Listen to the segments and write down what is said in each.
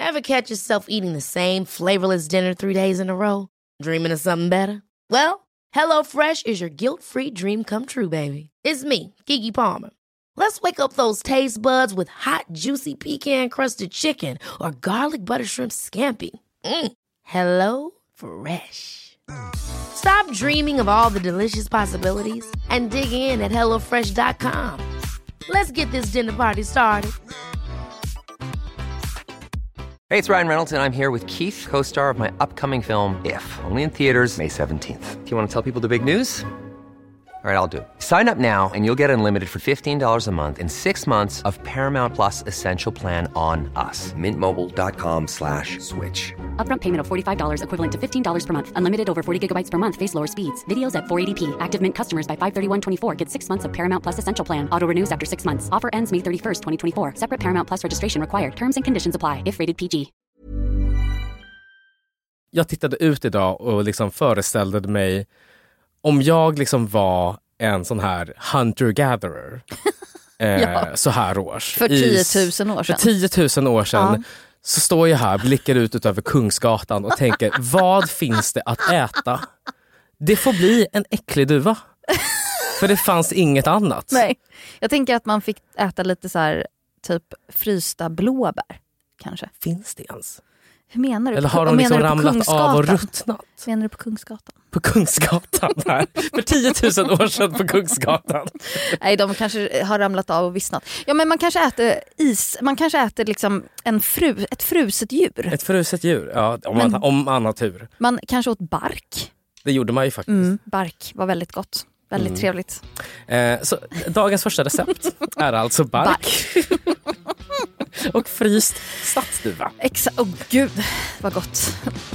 Ever catch yourself eating the same flavorless dinner 3 days in a row? Dreaming of something better? Well, HelloFresh is your guilt-free dream come true, baby. It's me, Keke Palmer. Let's wake up those taste buds with hot, juicy pecan-crusted chicken or garlic butter shrimp scampi. Hello Fresh. Stop dreaming of all the delicious possibilities and dig in at HelloFresh.com. Let's get this dinner party started. Hey, it's Ryan Reynolds, and I'm here with Keith, co-star of my upcoming film, If, only in theaters May 17th. Do you want to tell people the big news? All right, I'll do it. Sign up now and you'll get unlimited for $15 a month and 6 months of Paramount Plus Essential Plan on us. MintMobile.com/switch. Upfront payment of $45 equivalent to $15 per month. Unlimited over 40 gigabytes per month. Face lower speeds. Videos at 480p. Active Mint customers by 531.24 get 6 months of Paramount Plus Essential Plan. Auto renews after 6 months. Offer ends May 31st, 2024. Separate Paramount Plus registration required. Terms and conditions apply if rated PG. Jag tittade ut idag och liksom föreställde mig om jag liksom var en sån här hunter-gatherer så här års. För 10 000 år sedan. För 10 000 år sedan så står jag här, blickar ut över Kungsgatan och tänker, vad finns det att äta? Det får bli en äcklig duva. För det fanns inget annat. Nej, jag tänker att man fick äta lite så här typ frysta blåbär kanske. Finns det ens? Hur menar du? Eller har de liksom ramlat av och ruttnat? Menar du på Kungsgatan? På Kungsgatan här. För 10 000 år sedan på Kungsgatan. Nej, de kanske har ramlat av och vissnat. Ja, men man kanske äter is. Man kanske äter liksom ett fruset djur. Ett fruset djur, ja. Om annat tur. Man kanske åt bark. Det gjorde man ju faktiskt. Bark var väldigt gott. Väldigt trevligt. Så dagens första recept är alltså bark. Och fryst stadsduva. Exakt. Åh gud, vad gott.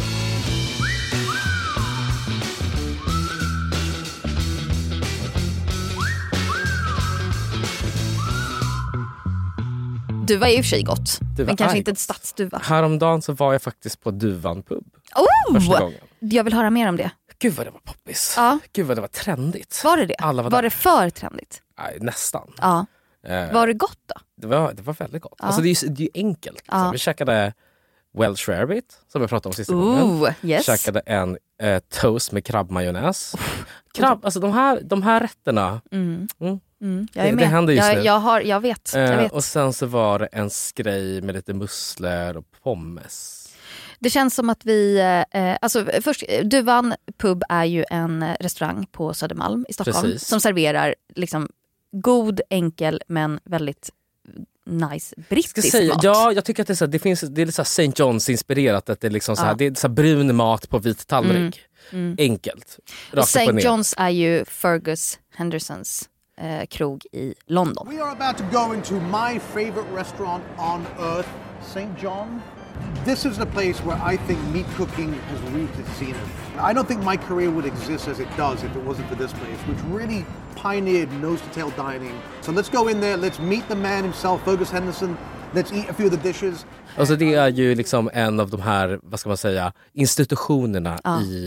Duva är ju i och för sig gott. Men kanske inte ett stadsduva. Häromdagen så var jag faktiskt på Duvan pub. Första gången. Jag vill höra mer om det. Gud vad det var poppis. Ja. Gud vad det var trendigt. Var det det? Var det för trendigt? Nej, nästan. Ja. Var det gott då? Det var väldigt gott. Ja. Alltså det är ju enkelt. Liksom. Vi käkade Welsh rarebit som jag pratade om sista gången. Yes. Käkade en toast med krabbmajonnäs. Alltså de här rätterna. Jag är med. Det händer just nu. Jag vet. Och sen så var det en skrej med lite musslor och pommes. Det känns som att vi... först, Duvan pub är ju en restaurang på Södermalm i Stockholm. Precis. Som serverar liksom god, enkel men väldigt nice brittisk mat. Ja, jag tycker att det är lite så St. John's inspirerat. Att det är liksom så här, det är så här brun mat på vit tallrik. Enkelt. Och St. John's är ju Fergus Hendersons krog i London. We are about to go into my favorite restaurant on earth, St. John. This is the place where I think meat cooking has reached its zenith. I don't think my career would exist as it does if it wasn't for this place, which really pioneered nose-to-tail dining. So let's go in there, let's meet the man himself, Fergus Henderson. Let's eat a few of the dishes. Alltså det är ju liksom en av de här, vad ska man säga, institutionerna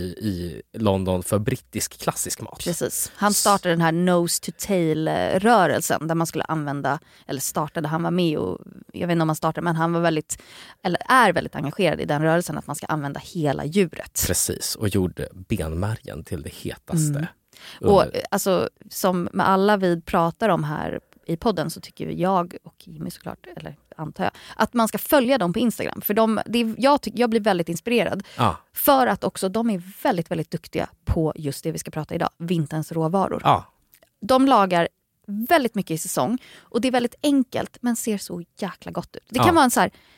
i London för brittisk klassisk mat. Precis. Han startade den här nose-to-tail-rörelsen där man skulle använda, eller startade, han var med och, jag vet inte om han startade, men han var är väldigt engagerad i den rörelsen att man ska använda hela djuret. Precis, och gjorde benmärgen till det hetaste. Och alltså, som med alla vi pratar om här i podden så tycker jag och Jimmy såklart, eller antar jag, att man ska följa dem på Instagram. För jag blir väldigt inspirerad. För att också de är väldigt, väldigt duktiga på just det vi ska prata idag. Vinterns råvaror. De lagar väldigt mycket i säsong. Och det är väldigt enkelt men ser så jäkla gott ut. Det kan vara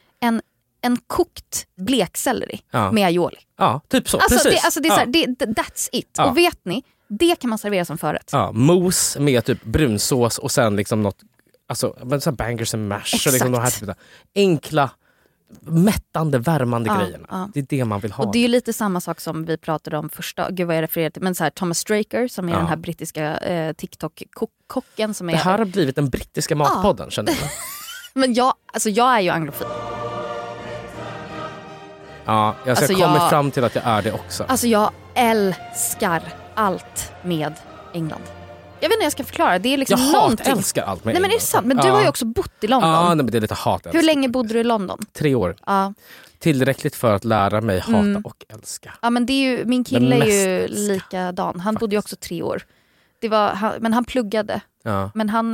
en kokt blekselleri med aioli. Ja, typ så. Alltså, precis. Det är så här, that's it. Och vet ni, det kan man servera som förrätt. Ja, mos med typ brunsås och sen liksom något, alltså så bangers and mash. Exakt. Och liksom de här typen av enkla, mättande, värmande grejerna. Det är det man vill ha. Och det är ju lite samma sak som vi pratade om första, gud vad jag refererade till, men så här Thomas Straker som är den här brittiska TikTok-kocken som är... Det här har blivit den brittiska matpodden, känner jag. Men jag är ju anglofil. Ja, jag kommer fram till att jag är det också. Alltså jag älskar allt med England. Jag vet inte hur jag ska förklara. Det är liksom jag någonting. älskar allt med Nej, men det är sant. Men du har ju också bott i London. Ja, nej, men det är lite hat. Hur länge bodde du i London? 3 år. Ja. Tillräckligt för att lära mig hata och älska. Ja, men det är ju, min kille är ju likadan. Han bodde ju också 3 år. Men han pluggade. Ja. Men han...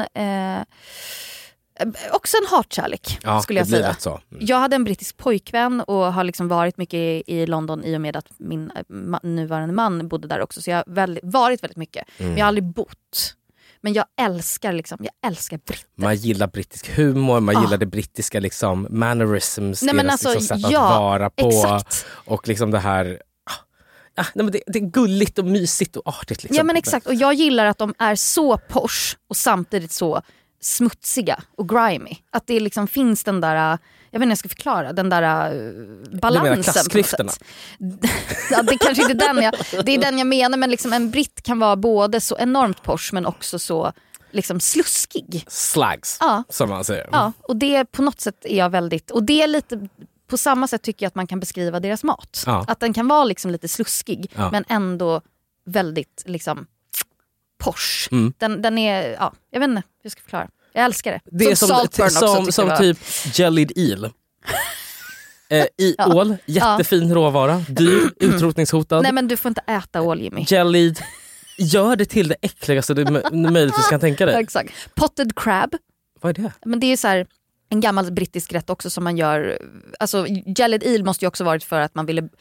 också en hatkärlek, skulle jag säga. Så. Jag hade en brittisk pojkvän och har liksom varit mycket i London i och med att min nuvarande man bodde där också. Så jag har varit väldigt mycket. Men jag har aldrig bott. Men jag älskar britter. Man gillar brittisk humor, man gillar det brittiska liksom mannerisms, deras liksom sätt att vara på. Exakt. Och liksom det här... nej, men det är gulligt och mysigt och artigt. Liksom. Ja, men exakt. Och jag gillar att de är så posh och samtidigt så smutsiga och grimy. Att det liksom finns den där, jag vet inte hur jag ska förklara, den där balansen. Klassklyftorna. Ja, det kanske inte det är den jag menar, men liksom en britt kan vara både så enormt posh men också så liksom sluskig. Slags, som man säger. Ja, och det på något sätt är jag väldigt, och det är lite på samma sätt tycker jag att man kan beskriva deras mat. Ja. Att den kan vara liksom lite sluskig men ändå väldigt liksom posh. Den är, jag vet inte hur jag ska förklara. Jag älskar det. Det är som typ jellied eel. Ål, jättefin råvara, dyr, utrotningshotad. Nej, men du får inte äta ål, Jimmy. Jellied, gör det till det äckligaste du möjligtvis kan tänka dig. Exakt. Potted crab. Vad är det? Men det är så här en gammal brittisk rätt också som man gör. Alltså jellied eel måste ju också varit för att man ville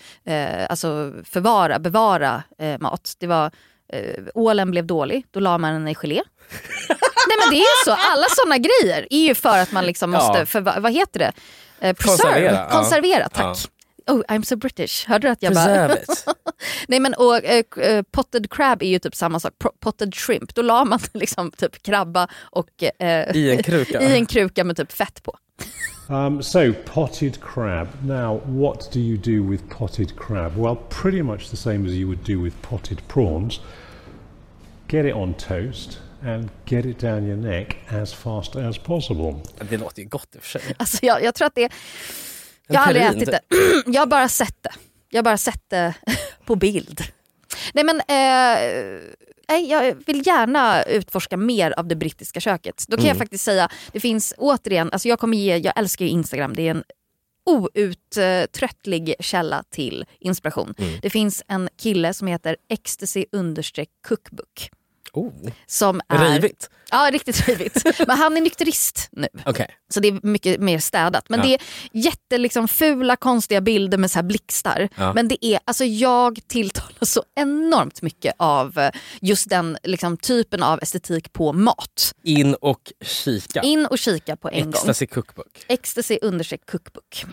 bevara mat. Det var ålen blev dålig, då la man den i gelé. Nej, men det är så, alla såna grejer är ju för att man liksom måste vad heter det? Konservera, tack. Oh, I'm so British. Hörde du att jag bara... Nej, men och potted crab är ju typ samma sak. Potted shrimp, då la man liksom typ krabba och i en kruka med typ fett på. So potted crab. Now, what do you do with potted crab? Well, pretty much the same as you would do with potted prawns. Get it on toast and get it down your neck as fast as possible. Det låter ju gott i och för sig. Alltså jag tror att det... Jag har aldrig ätit det. Jag har bara sett det på bild. Nej, men jag vill gärna utforska mer av det brittiska köket. Då kan jag faktiskt säga, det finns återigen, alltså jag älskar ju Instagram. Det är en outtröttlig källa till inspiration. Det finns en kille som heter ecstasy_cookbook. Som är rivigt. Ja, riktigt rivigt. Men han är nykterist nu. Okay. Så det är mycket mer städat. Men det är jätte liksom fula, konstiga bilder med så här blixtar. Ja. Men det är, alltså jag tilltalar så enormt mycket av just den liksom typen av estetik på mat. In och kika på en Ecstasy gång. Cookbook. Ecstasy_cookbook.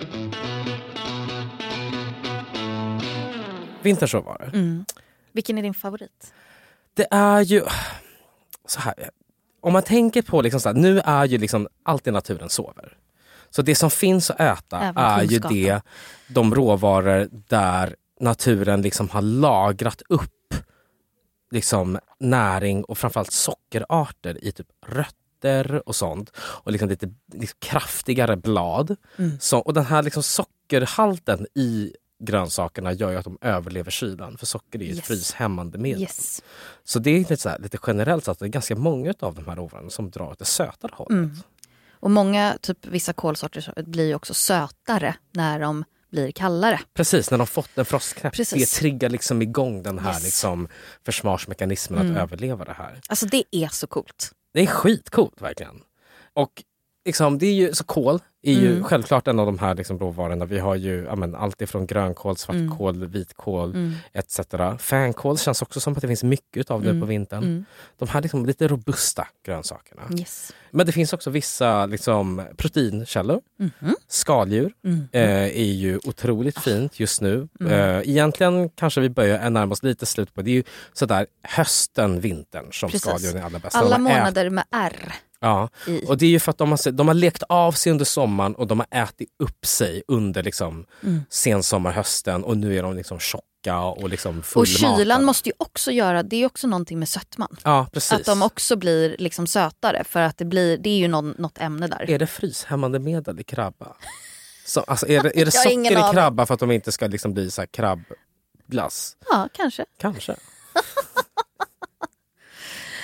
Vintersråvaror. Vilken är din favorit? Det är ju så här, om man tänker på liksom så här, nu är ju liksom alltid naturen sover. Så det som finns att äta är ju de råvaror där naturen liksom har lagrat upp liksom näring och framförallt sockerarter i typ rötter och sånt och liksom lite liksom kraftigare blad. Så, och den här liksom sockerhalten i grönsakerna gör ju att de överlever kylan, för socker är ju ett fryshämmande medel. Så det är lite generellt så att det är ganska många av de här råvarorna som drar åt det sötare hållet. Och många, typ vissa kolsorter blir ju också sötare när de blir kallare. Precis, när de fått en frostknäpp. Det triggar liksom igång den här liksom försvarsmekanismen att överleva det här. Alltså det är så coolt. Det är skitcoolt verkligen. Och liksom, det är ju så kol är ju självklart en av de här liksom råvarorna. Vi har ju allt ifrån grönkål, svartkål, vitkål etc. Fänkål känns också som att det finns mycket av det på vintern. De här liksom lite robusta grönsakerna. Men det finns också vissa liksom proteinkällor. Skaldjur är ju otroligt fint just nu. Egentligen kanske vi börjar närma oss lite slut på. Det är ju sådär hösten, vintern som skaldjuren är allra bäst. Alla månader med R. Ja, och det är ju för att de har lekt av sig under sommaren och de har ätit upp sig under liksom sensommarhösten och nu är de liksom tjocka och liksom fullmatade. Och kylan måste ju också göra, det är också någonting med sötman. Ja, precis. Att de också blir liksom sötare för att det är ju något ämne där. Är det fryshämmande medel i krabba? Alltså är det socker i krabba för att de inte ska liksom bli så här krabbglass? Ja, kanske.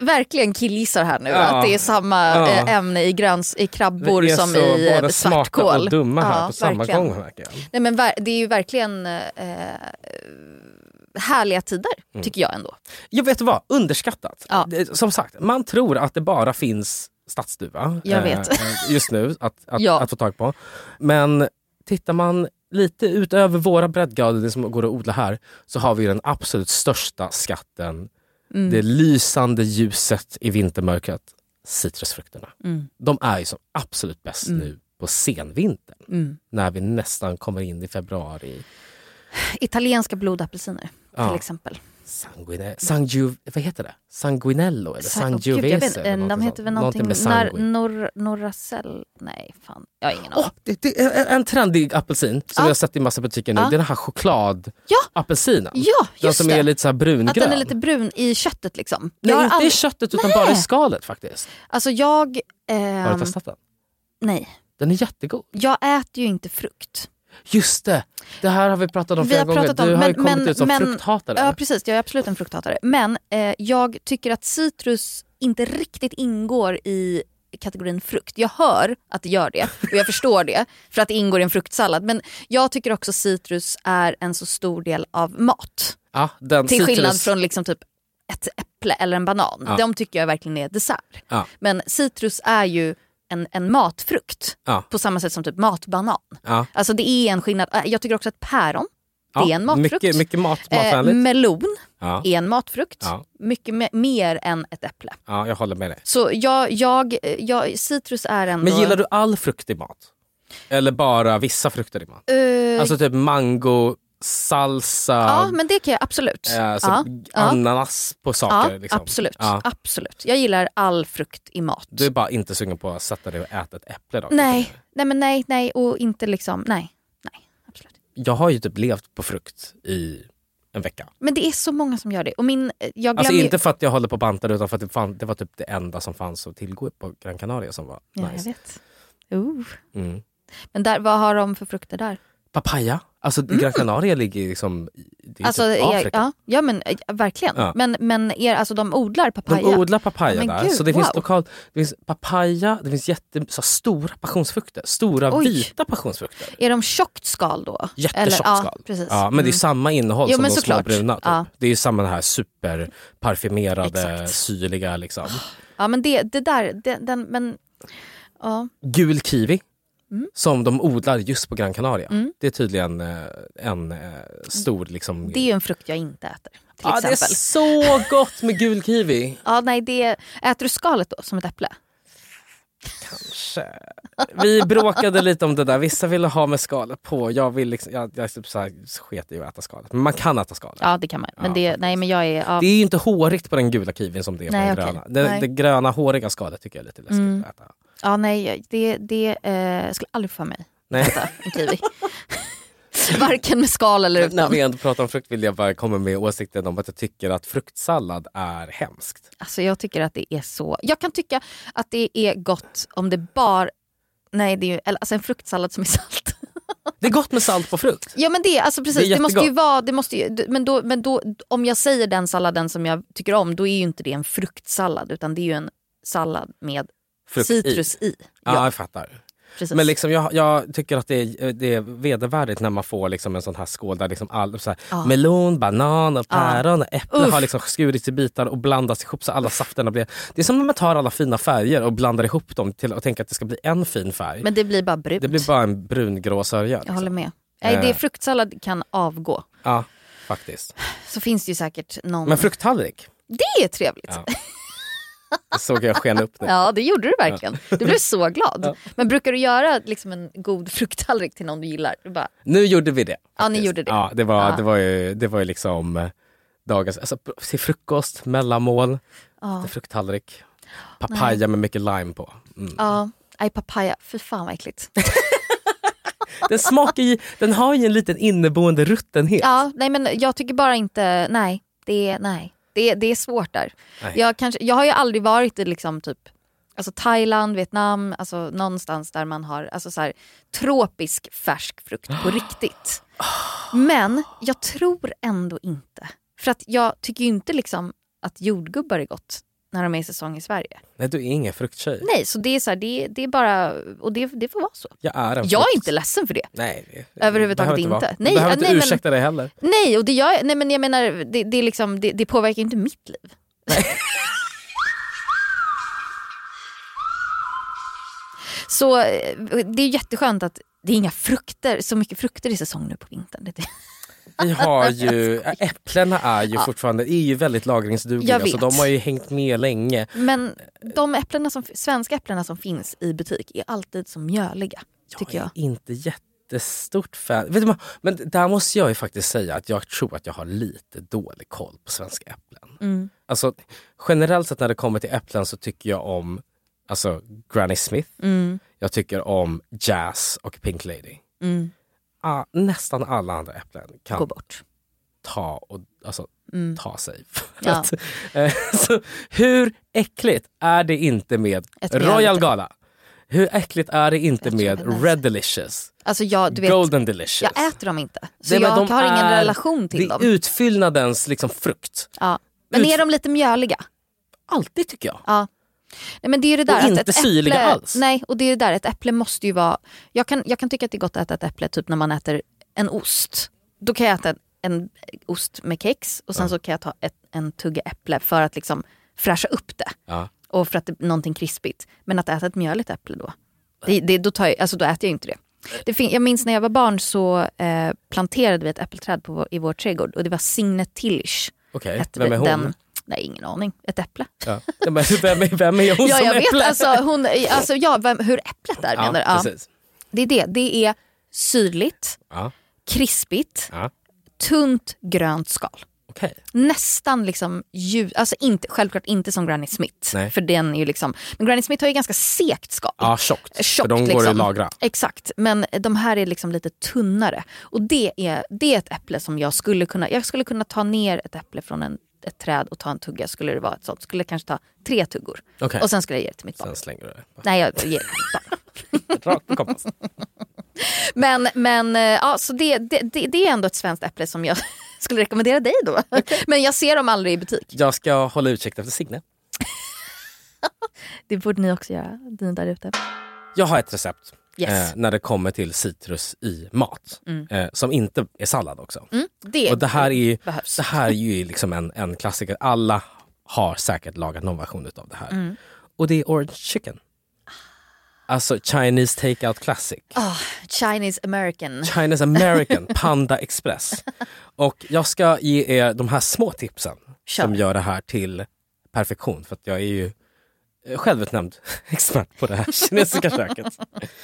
verkligen killgissar här nu. Att det är samma ämne i krabbor som i både svartkål. Smarta och dumma här på samma verkligen. gång. Verkligen. Nej, men det är ju verkligen härliga tider, tycker jag ändå. Jag vet vad, underskattat. Ja. Som sagt, man tror att det bara finns stadsduva Jag vet. Just nu Ja. att få tag på. Men tittar man lite utöver våra breddgrader, det som går att odla här, så har vi den absolut största skatten. Det lysande ljuset i vintermörkret. Citrusfrukterna. De är ju som absolut bäst nu på senvintern. När vi nästan kommer in i februari. Italienska blodapelsiner till exempel. Vad heter det? Sanguinello eller Sangiovese? De heter väl någonting med Norracell. Nej, fan. Jag har ingen aning. Det är en trendig apelsin som vi har sett i massa butiker nu. Det är den här chokladapelsinen. Ja, just den som det. är lite så här brungrön. Att den är lite brun i köttet liksom. Nej, inte i köttet utan bara i skalet faktiskt. Alltså jag... Har du testat den? Nej. Den är jättegod. Jag äter ju inte frukt. Just det. Det här har vi pratat om flera gånger. Du har ju kommit ut som frukthatare. Ja, precis. Jag är absolut en frukthatare. Men jag tycker att citrus inte riktigt ingår i kategorin frukt. Jag hör att det gör det och jag förstår det för att det ingår i en fruktsallad. Men jag tycker också citrus är en så stor del av mat. Ja, till skillnad från liksom typ ett äpple eller en banan. Ja. De tycker jag verkligen är dessert. Ja. Men citrus är ju en matfrukt på samma sätt som typ matbanan. Ja. Alltså det är en skillnad. Jag tycker också att päron, det är en matfrukt. Mycket matvänligt. Melon är en matfrukt. Ja. Mycket mer än ett äpple. Ja, jag håller med dig. Så citrus är ändå... Men gillar du all frukt i mat? Eller bara vissa frukter i mat? Alltså typ mango, salsa... Ja, men det kan jag absolut. Ananas på saker. Ja, liksom. absolut. Jag gillar all frukt i mat. Du är bara inte sugen på att sätta dig och äta ett äpple då? Nej, och inte liksom... Nej, absolut. Jag har ju typ levt på frukt i en vecka. Men det är så många som gör det. Och alltså inte för att jag håller på bantare utan för att det var typ det enda som fanns att tillgå på Gran Canaria som var nice. Jag vet. Men vad har de för frukter där? Papaya. Alltså Gran Canaria ligger liksom det är alltså, typ Afrika. Ja men verkligen. Ja. Men alltså de odlar papaya. De odlar papaya där. Gud, så det finns lokalt, det finns papaya, det finns stora passionsfrukter, stora vita passionsfrukter. Är de tjockt skal då? Jättetjockt skal. Precis. Ja, men det är samma innehåll som de små bruna. Typ. Ja. Det är samma här superparfymerade syrliga liksom. Ja men det där men ja. Gul kiwi. Som de odlar just på Gran Canaria. Det är tydligen en stor liksom... Det är ju en frukt jag inte äter. Till exempel. Det är så gott med gul kiwi. Äter du skalet då som ett äpple? Kanske. Vi bråkade lite om det där. Vissa ville ha med skalet på. Jag vill liksom, jag typ så här, sket i att äta skalet. Men man kan äta skalet. Ja, det kan man. Men det är ju inte hårigt på den gula kiwin som det är på den gröna. Det gröna håriga skalet tycker jag är lite läskigt att äta. Ja, nej, det skulle aldrig få mig äta en kiwi. Varken med skal eller utan. När vi ändå pratar om frukt vill jag bara komma med åsikten om att jag tycker att fruktsallad är hemskt. Alltså jag tycker att det är så... Jag kan tycka att det är gott om det bara... Nej, det är ju alltså en fruktsallad som är salt. Det är gott med salt på frukt. Ja men det alltså precis, det måste ju vara men då om jag säger den salladen som jag tycker om, då är ju inte det en fruktsallad utan det är ju en sallad med frukt citrus i. Ja, jag fattar. Precis. Men liksom, jag tycker att det är vedervärdigt när man får liksom en sån här skål där liksom melon, banan och päron och äpple har liksom skurits i bitar och blandas ihop så alla safterna blir... Det är som när man tar alla fina färger och blandar ihop dem till och tänker att det ska bli en fin färg. Men det blir bara brunt. Det blir bara en brungrå sörja. Liksom. Jag håller med. Nej, det är fruktsallad kan avgå. Ja, faktiskt. Så finns det ju säkert någon... Men frukttallrik? Det är trevligt. Ja. Det såg jag sken upp nu. Ja, det gjorde du verkligen. Du blev så glad. Ja. Men brukar du göra liksom en god frukttallrik till någon du gillar? Du bara... Nu gjorde vi det. Faktiskt. Ja, ni gjorde det. Ja, det var ju liksom dagens... Alltså, till frukost, mellanmål, frukttallrik. Papaya med mycket lime på. Ja, papaya. Fy fan vad äckligt. Den har ju en liten inneboende ruttenhet. Ja, nej men jag tycker bara inte... Nej. Det är svårt där. Jag har ju aldrig varit i liksom typ alltså Thailand, Vietnam, alltså någonstans där man har alltså så här, tropisk färsk frukt på riktigt. Men jag tror ändå inte. För att jag tycker ju inte liksom att jordgubbar är gott. när de är i säsong i Sverige. Nej, du är ingen frukttjej. Nej, så det är så här, det är bara, och det får vara så. Jag är inte ledsen för det. Nej, överhuvudtaget inte. Nej, behöver inte ursäkta dig heller. Nej, och men jag menar det är liksom, det påverkar inte mitt liv. Nej. Så det är jätteskönt att det är inga frukter, så mycket frukter i säsong nu på vintern. Vi har ju, äpplena är ju fortfarande är ju väldigt lagringsdugliga, så de har ju hängt med länge. Men de svenska äpplena som finns i butik är alltid så mjöliga, tycker jag. Jag är inte jättestort fan. Vet du, men där måste jag ju faktiskt säga att jag tror att jag har lite dålig koll på svenska äpplen. Alltså generellt sett när det kommer till äpplen så tycker jag om Granny Smith. Jag tycker om Jazz och Pink Lady. Nästan alla andra äpplen kan gå bort. Ta sig. Ja. Så, hur äckligt är det inte med Royal Gala? Hur äckligt är det inte med Red Delicious? Alltså du vet, Golden Delicious? Jag äter dem inte. Så jag har ingen relation till dem. Det är utfyllnadens liksom frukt. Ja. Men är de lite mjöliga? Alltid tycker jag. Ja. Nej, men det är det där och att inte ett syrliga äpple, alls. Nej, och det är det där, ett äpple måste ju vara... Jag kan tycka att det är gott att äta ett äpple typ när man äter en ost. Då kan jag äta en ost med kex och sen så kan jag ta en tugga äpple för att liksom fräscha upp det. Ja. Och för att det är någonting krispigt. Men att äta ett mjöligt äpple då, då äter jag inte det. Jag minns när jag var barn så planterade vi ett äppelträd i vår trädgård och det var Signe Tillich. Okej, vem är hon? Nej, ingen aning. Ett äpple. Ja. Vem är hon som jag äpple? Vet, hur äpplet är menar. Ja. Det är det. Det är syrligt, krispigt, tunt grönt skal. Okay. Nästan liksom självklart inte som Granny Smith. Nej. För den är ju liksom, men Granny Smith har ju ganska sekt skal. Ja, tjockt. För de går att lagra. Exakt, men de här är liksom lite tunnare. Och det är ett äpple som jag skulle kunna ta ner ett äpple från ett träd och ta en tugga, skulle det vara ett sånt. Skulle kanske ta 3 tuggor. Okay. Och sen skulle jag ge det till mitt barn. Sen slänger du det. Nej, jag ger det rakt på kompass. Men så det är ändå ett svenskt äpple som jag skulle rekommendera dig då. Okay. Men jag ser dem aldrig i butik. Jag ska hålla utkik efter Signe. Det borde ni också göra, ni där ute. Jag har ett recept när det kommer till citrus i mat. Som inte är sallad också. Det här är ju liksom en klassiker. Alla har säkert lagat någon version av det här. Och det är orange chicken. Alltså Chinese takeout classic. Chinese American Panda Express. Och jag ska ge er de här små tipsen som gör det här till perfektion. För att jag är ju självutnämnd expert på det här kinesiska köket.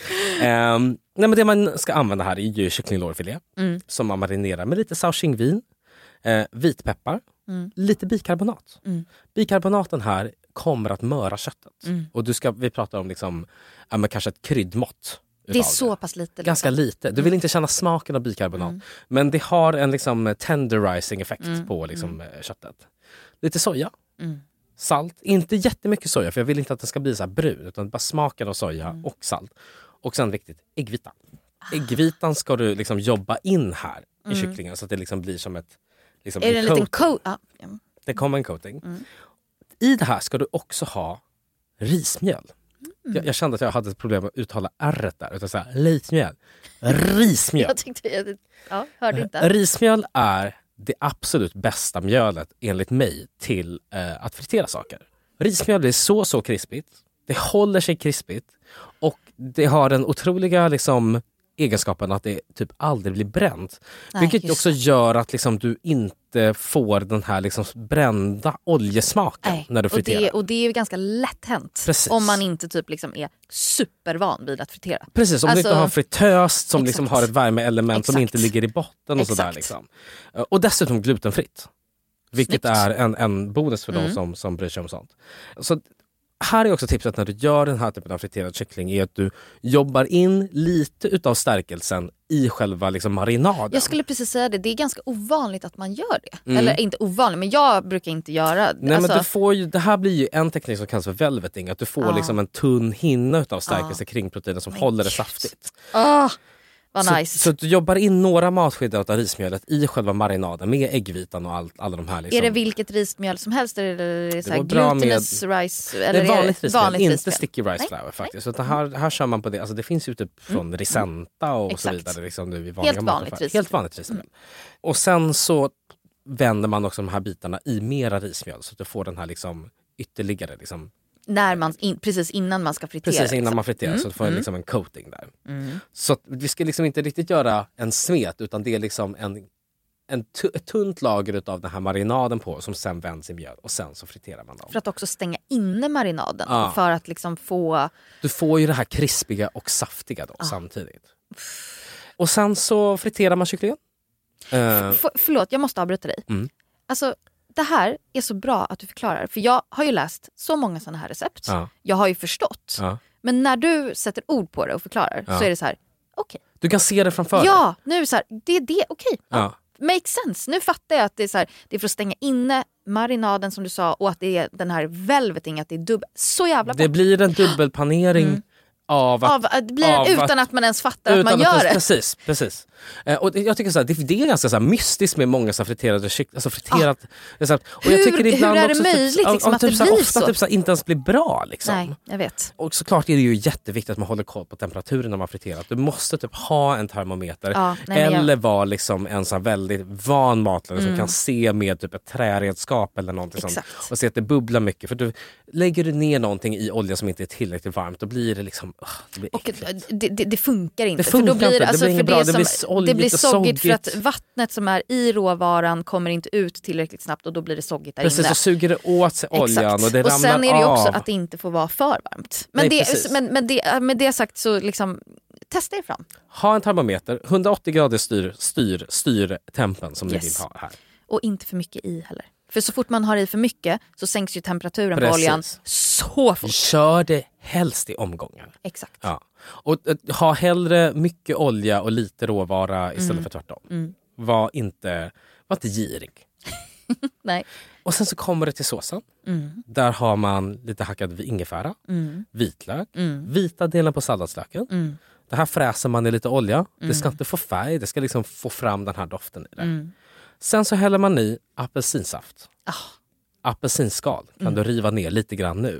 Men det man ska använda här är ju kycklinglårfilé som man marinerar med lite shaoxingvin, vitpeppar, lite bikarbonat. Bikarbonaten här kommer att möra köttet. Och vi pratar om liksom, kanske ett kryddmått. Det är så pass lite. Ganska lite. Du vill inte känna smaken av bikarbonat. Men det har en liksom tenderizing effekt på liksom, köttet. Lite soja. Salt. Inte jättemycket soja, för jag vill inte att det ska bli så här brun. Utan bara smaken av soja och salt. Och sen viktigt, äggvita. Äggvitan ska du liksom jobba in här i kycklingen. Så att det liksom blir som ett... Liksom är det en liten coat? Det kommer en coating. I det här ska du också ha rismjöl. Jag kände att jag hade ett problem att uttala r-et där. Utan så här, rismjöl. Jag hörde inte. Rismjöl är det absolut bästa mjölet enligt mig till att fritera saker. Rismjöl är så krispigt. Det håller sig krispigt. Och det har den otroliga liksom, egenskapen att det typ aldrig blir bränt. Vilket också gör att liksom, du inte får den här liksom, brända oljesmaken när du friterar. Och det är ju ganska lätt hänt. Precis. Om man inte typ liksom är supervan vid att fritera. Precis, om du inte har en fritös som liksom har ett värmeelement som inte ligger i botten och sådär. Liksom. Och dessutom glutenfritt. Vilket är en bonus för de som bryr sig om sånt. Så här är också tipset när du gör den här typen av friterad kyckling är att du jobbar in lite utav stärkelsen i själva liksom marinaden. Jag skulle precis säga det. Det är ganska ovanligt att man gör det. Eller inte ovanligt, men jag brukar inte göra det. Nej, men du får ju, det här blir ju en teknik som kallas för velveting. Att du får liksom en tunn hinna utav stärkelse kring proteiner som håller det saftigt. Vad nice. Så du jobbar in några matsked av rismjölet i själva marinaden med äggvitan och alla de här. Liksom. Är det vilket rismjöl som helst? Eller är det så här bra glutinous rice? Eller det är vanligt rismjöl, inte rismjöl? sticky rice flour faktiskt. Utan här kör man på det. Alltså det finns ju typ från Risenta och Exakt. så vidare. Liksom nu i vanliga Helt vanligt rismjöl. Helt vanligt rismjöl. Och sen så vänder man också de här bitarna i mera rismjöl så att du får den här liksom ytterligare liksom, När man precis innan man ska fritera. precis innan man friterar så att du får liksom en coating där. Så att vi ska liksom inte riktigt göra en smet utan det är liksom ett tunt lager av den här marinaden på som sen vänds i mjöl och sen så friterar man dem. För att också stänga inne marinaden. För att liksom få... Du får ju det här krispiga och saftiga då samtidigt. Och sen så friterar man kycklingen. Förlåt, jag måste avbryta dig. Alltså, det här är så bra att du förklarar. För jag har ju läst så många sådana här recept. Jag har ju förstått. Men när du sätter ord på det och förklarar så är det så här, okej. Du kan se det framför dig. Ja, nu är det så här, det är det, okej. Makes sense. Nu fattar jag att det är så här, det är för att stänga inne marinaden som du sa och att det är den här velveting, att det är så jävla bra. Det blir en dubbelpanering det blir utan att man ens fattar att man gör det. Precis. Och jag tycker så här, det är ganska så här mystiskt med många så här friterade kycklingar. Alltså friterat. Och jag tycker ibland hur är det också möjligt liksom, att det typ, blir ofta så? Typ, så här, inte ens blir bra. Liksom. Nej, jag vet. Och såklart är det ju jätteviktigt att man håller koll på temperaturen när man friterar. Du måste typ ha en termometer. Eller vara liksom en så här väldigt van matlagare som kan se med typ ett träredskap eller någonting sånt. Och se att det bubblar mycket. För lägger du ner någonting i olja som inte är tillräckligt varmt, då blir det liksom... Och det funkar inte. Det funkar för då blir, inte. alltså, Det blir för bra. det, Det som, blir det blir soggigt för att soggigt. vattnet som är i råvaran kommer inte ut tillräckligt snabbt och då blir det soggigt där Precis, inne. så suger det åt sig oljan och det ramlar av. Och sen är det ju också att det inte får vara för varmt. Men, Nej, med det sagt så liksom, testa er fram. Ha en termometer, 180 grader styr tempen som ni vill ha här. Och inte för mycket i heller. För så fort man har i för mycket så sänks ju temperaturen på oljan så fort. Kör det helst i omgångar. Exakt. Ja. Och ha hellre mycket olja och lite råvara istället för tvärtom. Var inte girig. Nej. Och sen så kommer det till såsen. Där har man lite hackad ingefära, vitlök, vita delen på salladslöken. Det här fräser man i lite olja. Det ska inte få färg, det ska liksom få fram den här doften i det. Sen så häller man i apelsinsaft. Apelsinskal kan du riva ner lite grann nu.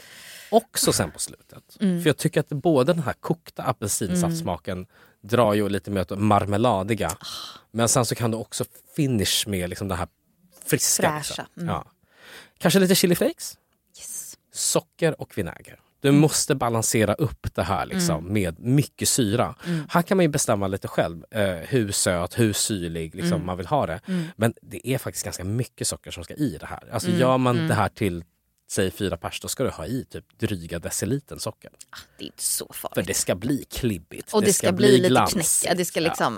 Också sen på slutet. För jag tycker att både den här kokta apelsinsaftsmaken drar ju lite mer åt marmeladiga. Men sen så kan du också finish med liksom det här friska. Fräscha. Ja. Kanske lite chiliflakes. Yes. Socker och vinäger. Du måste balansera upp det här liksom, med mycket syra. Här kan man ju bestämma lite själv hur söt, hur syrlig liksom, man vill ha det. Men det är faktiskt ganska mycket socker som ska i det här. Alltså gör man det här till säg 4 pers, då ska du ha i typ dryga deciliten socker. Det är inte så farligt. För det ska bli klibbigt. Och det ska bli lite glansigt. knäcka. Det ska liksom,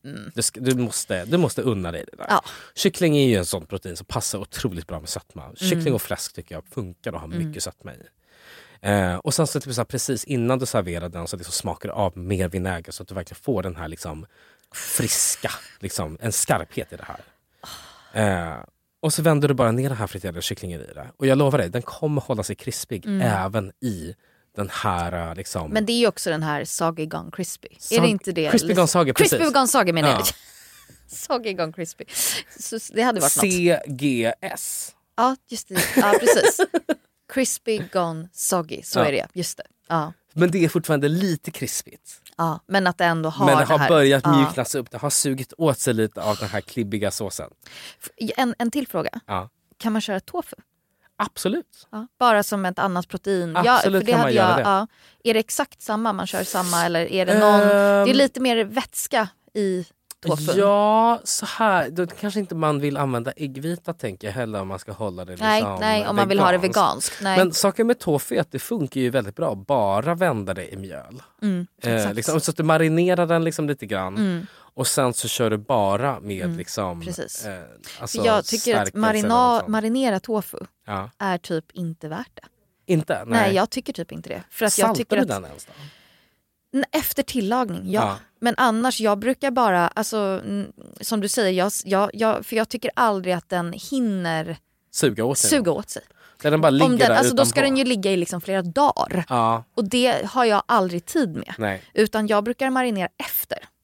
Du måste unna dig det där. Ja. Kyckling är ju en sån protein som passar otroligt bra med sötma. Kyckling och fläsk tycker jag funkar att ha mycket sötma i. Och sen så, typ så här, precis innan du serverar den så liksom smakar du av mer vinäger så att du verkligen får den här liksom friska, liksom, en skarphet i det här. Och så vänder du bara ner den här friterade kycklingen i det. Och jag lovar dig, den kommer hålla sig krispig även i den här liksom... Men det är ju också den här soggy gone crispy. Är det inte det? Crispy gone soggy, precis. Crispy gone soggy menar jag. Ja. Soggy gone crispy. Så det hade varit något. CGS. Ja, just det. Ja, precis. Crispy gone soggy, så är det. Just det. Ja. Men det är fortfarande lite krispigt. Ja, men att det ändå har men det har här. börjat mjuknas upp. Det har sugit åt sig lite av den här klibbiga såsen. En till fråga. Ja. Kan man köra tofu? Absolut. Ja, bara som ett annat protein. Absolut för det kan man hade göra det. Ja. Är det exakt samma? Man kör samma eller är det någon... Det är lite mer vätska i tofu. Ja, så här. Då kanske inte man vill använda äggvita tänker jag heller om man ska hålla det liksom Nej, om man vill ha det veganskt. Nej. Men saken med tofu är att det funkar ju väldigt bra. Bara vända det i mjöl. Liksom, så att du marinerar den liksom lite grann. Och sen så kör du bara med liksom... Precis. Alltså jag tycker att marinera tofu är typ inte värt det. Inte? Nej, jag tycker typ inte det. För att jag tycker du att den ens då? Efter tillagning, ja. Men annars, jag brukar bara, alltså, som du säger, för jag tycker aldrig att den hinner suga åt sig. Den bara ligger där alltså, då ska utanpå. den ju ligga i liksom flera dagar. Ja. Och det har jag aldrig tid med. Nej. Utan jag brukar marinera efter.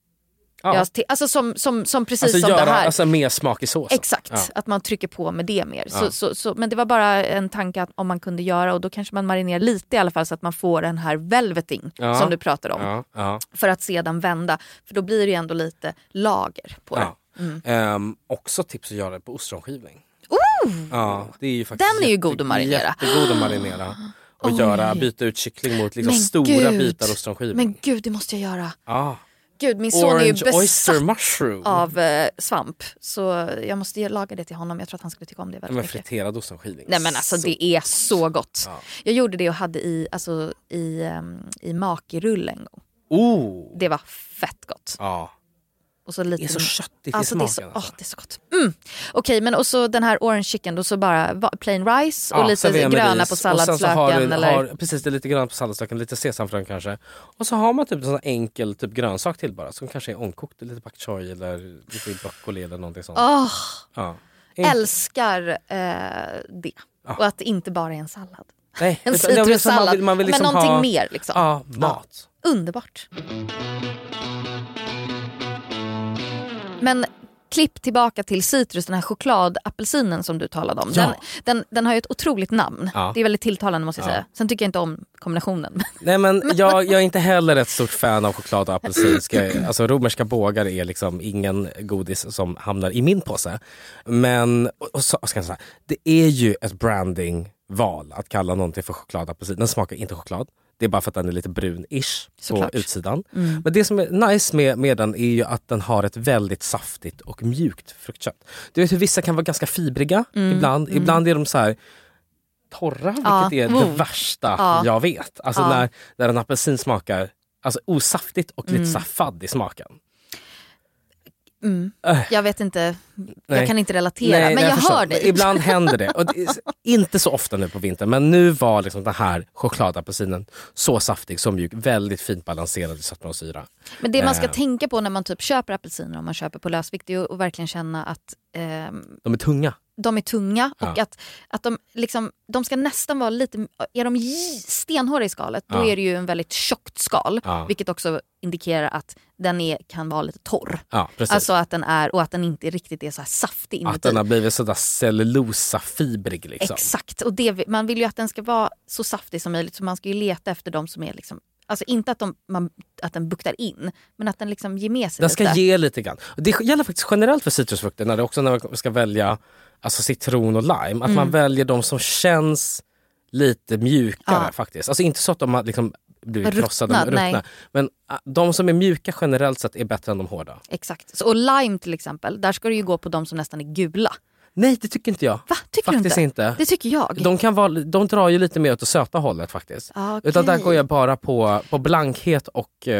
Ja. Alltså som precis Alltså som göra, det här. alltså mer smak i såsen. Exakt, att man trycker på med det mer. Men det var bara en tanke att om man kunde göra, och då kanske man marinerar lite i alla fall så att man får den här velveting som du pratar om. För att sedan vända, för då blir det ju ändå lite lager på det. Också tips att göra det på ostronskivling. Ja, det är ju faktiskt den är ju god att marinera. Jättegod att marinera. Och byta ut kyckling mot liksom stora bitar ostronskivling. Men gud, det måste jag göra. Ja. Gud, min son är ju besatt av svamp. Så jag måste laga det till honom. Jag tror att han skulle tycka om det väldigt mycket. Friterad ostronskivling. Nej men alltså det är så gott. Ja. Jag gjorde det och hade i makerulle en gång. Det var fett gott. Ja. Och så lite, det är så köttigt i smaken. Det är så gott. Okej, men och så den här orange chicken, då så bara plain rice och lite gröna på salladslöken. Precis, det är lite gröna på salladslöken, lite sesamfrön kanske. Och så har man typ en sån enkel typ grönsak till bara, som kanske är omkokt, lite bok choy eller lite broccoli eller någonting sånt. Älskar det. Och att det inte bara är en sallad. Nej, en citrussallad, man vill liksom men någonting mer liksom. Ja, mat. Underbart. Men klipp tillbaka till citrus, den här chokladapelsinen som du talade om. Den har ju ett otroligt namn. Det är väldigt tilltalande måste jag säga. Sen tycker jag inte om kombinationen. Nej, men jag är inte heller ett stort fan av choklad och apelsin. Alltså romerska bågar är liksom ingen godis som hamnar i min påse. Men så ska jag säga, det är ju ett brandingval att kalla någonting för choklad och apelsin. Den smakar inte choklad. Det är bara för att den är lite brun-ish på utsidan. Men det som är nice med den är ju att den har ett väldigt saftigt och mjukt fruktkött. Du vet hur vissa kan vara ganska fibriga ibland. Ibland är de så här torra, vilket är det värsta jag vet. Alltså när en apelsin smakar alltså osaftigt och lite så fadd i smaken. Jag vet inte, jag kan inte relatera, men jag hör dig. Ibland händer det, och det är inte så ofta nu på vintern, men nu var liksom den här chokladapelsinen så saftig, så mjuk, väldigt fint balanserad i sötma och syra. Men det man ska tänka på när man typ köper apelsiner, om man köper på lösvikt, är att verkligen känna att de är tunga. De är tunga och att de liksom, de ska nästan vara lite, är de stenhårda i skalet, då är det ju en väldigt tjockt skal, vilket också indikerar att den kan vara lite torr. Alltså att den är, och att den inte riktigt är så här saftig inuti. Att den har blivit sådär cellulosafibrig liksom. Exakt, och man vill ju att den ska vara så saftig som möjligt, så man ska ju leta efter de som är liksom, alltså inte att den buktar in, men att den liksom ger med sig lite. Den ska ge lite grann. Och det gäller faktiskt generellt för citrusfrukter, när man ska välja alltså citron och lime, att man väljer de som känns lite mjukare faktiskt. Alltså inte så att de har liksom blivit krossade och ruttna. Men de som är mjuka generellt sett är bättre än de hårda. Exakt. Och lime till exempel, där ska du ju gå på de som nästan är gula. Nej, det tycker inte jag. Va? Tycker faktiskt du inte? Det tycker jag. De drar ju lite mer åt det söta hållet faktiskt. Okay. Utan där går jag bara på blankhet och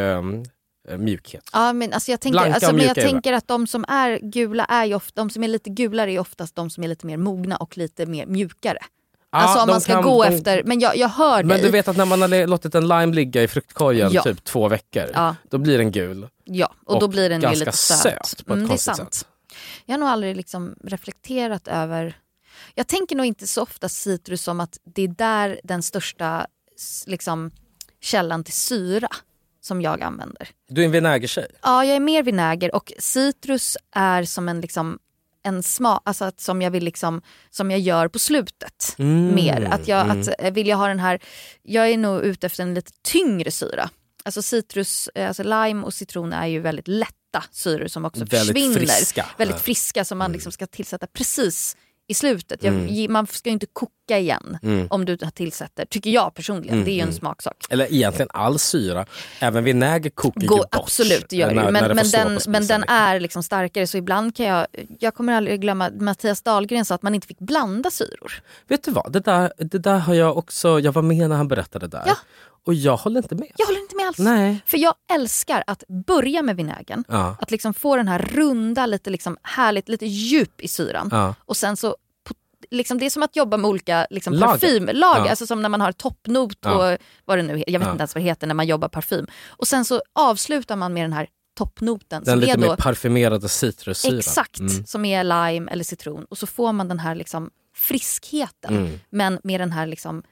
mjukhet. Ja, men alltså jag tänker, att de som är gula är ju ofta, de som är lite gulare är oftast de som är lite mer mogna och lite mer mjukare. Alltså om man ska gå efter, men jag hör dig. Men du vet att när man har låtit en lime ligga i fruktkorgen typ 2 veckor, då blir den gul. Ja, och då blir den ganska lite söt på ett konstigt sätt. Jag har nog aldrig liksom reflekterat över, jag tänker nog inte så ofta citrus som att det är där den största liksom källan till syra som jag använder. Du är en vinägertjej? Ja, jag är mer vinäger, och citrus är som en liksom en smak, alltså att som jag vill liksom, som jag gör på slutet mer. Att vill jag ha den här, jag är nog ute efter en lite tyngre syra. Alltså citrus, alltså lime och citron är ju väldigt lätta syror som också försvinner. Väldigt friska som man liksom ska tillsätta precis i slutet. Man ska ju inte koka igen om du tillsätter, tycker jag personligen. Det är ju en smaksak. Eller egentligen all syra. Även vinäger kokar ju bort. Absolut, gör det. Men den är liksom starkare, så ibland kan jag kommer aldrig glömma Mattias Dahlgren sa att man inte fick blanda syror. Vet du vad? Det där har jag också, jag var med när han berättade det där. Ja. Och jag håller inte med. Jag håller inte med alls. Nej. För jag älskar att börja med vinägen. Ja. Att liksom få den här runda, lite liksom härligt, lite djup i syran. Ja. Och sen så, liksom, det är som att jobba med olika liksom, parfymlager. Ja. Alltså som när man har toppnot och vad det nu jag vet inte ens vad det heter när man jobbar parfym. Och sen så avslutar man med den här toppnoten. Den som lite är mer parfymerade citrussyran. Exakt, som är lime eller citron. Och så får man den här liksom friskheten. Men med den här liksom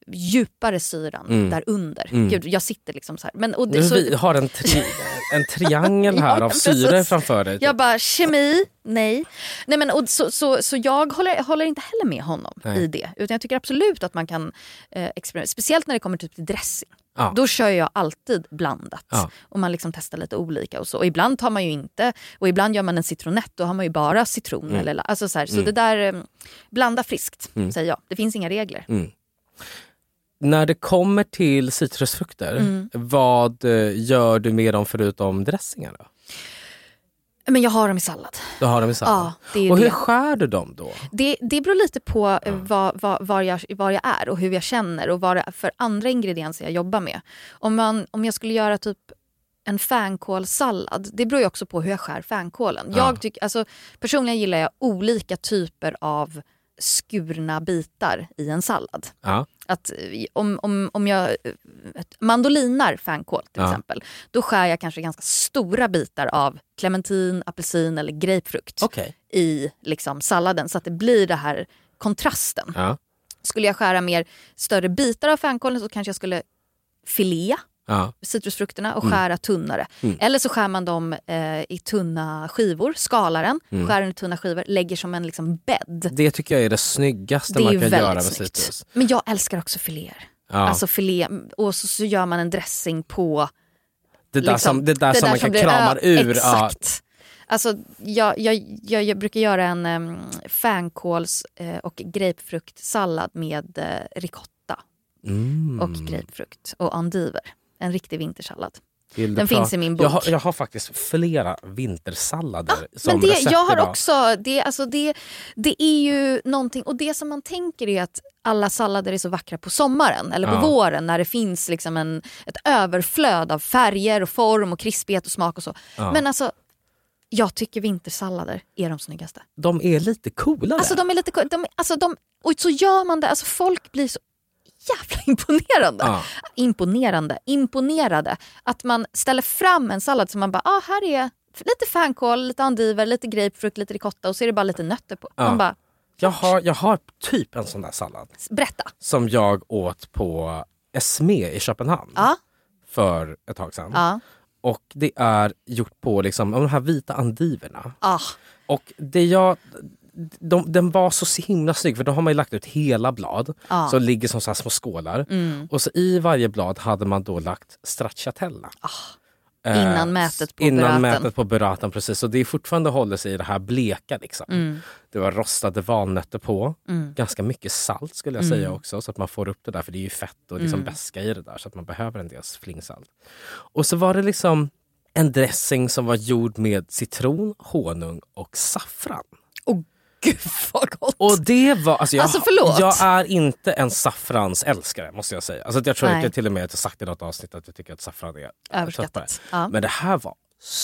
djupare syran där under. Gud, jag sitter liksom så här. Men, och det, vi har en triangel här Ja, av syre precis. framför dig. Jag bara, kemi, nej men, och så jag håller inte heller med honom i det. Utan jag tycker absolut att man kan experimentera. Speciellt när det kommer typ till dressing. Ja. Då kör jag alltid blandat. Ja. Och man liksom testar lite olika och så. Och ibland tar man ju inte. Och ibland gör man en citronett. Då har man ju bara citron. Eller, alltså så här, så det där, blanda friskt säger jag. Det finns inga regler. När det kommer till citrusfrukter, vad gör du med dem förutom dressingar då? Men jag har dem i sallad. Du har dem i sallad. Ja, det är och hur det. skär du dem då? Det beror lite på var jag är och hur jag känner och vad det är för andra ingredienser jag jobbar med. Om jag skulle göra typ en fänkålsallad, det beror ju också på hur jag skär fänkålen. Personligen gillar jag olika typer av skurna bitar i en sallad. Ja. Att om jag mandolinar fänkål till exempel, då skär jag kanske ganska stora bitar av clementin, apelsin eller grapefrukt i liksom salladen så att det blir det här kontrasten. Ja. Skulle jag skära mer större bitar av fänkålen så kanske jag skulle filea citrusfrukterna och skära tunnare. Eller så skär man dem i tunna skivor, skalar den, skär den i tunna skivor, lägger som en liksom bädd. Det tycker jag är det snyggaste man kan göra med citrus. Men jag älskar också filéer. Alltså filé, och så gör man en dressing på det där som man kan krama ur. Exakt. Alltså, jag brukar göra en fänkåls och grapefruktsallad med ricotta och grapefrukt och endiver. En riktig vintersallad. Den finns i min bok. Jag har faktiskt flera vintersallader som men recept jag har idag. också, det är ju någonting, och det som man tänker är att alla sallader är så vackra på sommaren eller på våren när det finns liksom ett överflöd av färger och form och krispighet och smak och så. Men alltså, jag tycker vintersallader är de snyggaste. De är lite coolare. Alltså de är lite och så gör man det, alltså folk blir så jävla imponerade att man ställer fram en sallad som man bara, här är lite fänkål, lite endiver, lite grapefrukt, lite ricotta och så är det bara lite nötter på. Man bara, jag har typ en sån där sallad. Berätta. Som jag åt på Esme i Köpenhamn för ett tag sedan. Och det är gjort på liksom de här vita endiverna. Och den var så himla snygg, för då har man ju lagt ut hela blad som ligger som så här små skålar. Och så i varje blad hade man då lagt stracciatella. Innan mätet på burraten, precis. Så det är fortfarande håller sig i det här bleka liksom. Det var rostade valnötter på. Ganska mycket salt skulle jag säga också, så att man får upp det där, för det är ju fett och liksom beska i det där, så att man behöver en del flingsalt. Och så var det liksom en dressing som var gjord med citron, honung och saffran. Gud vad gott. Och det var, förlåt. Jag är inte en saffransälskare, måste jag säga. Alltså jag tror att jag till och med har sagt i något avsnitt att jag tycker att saffran är överskattat. Men det här var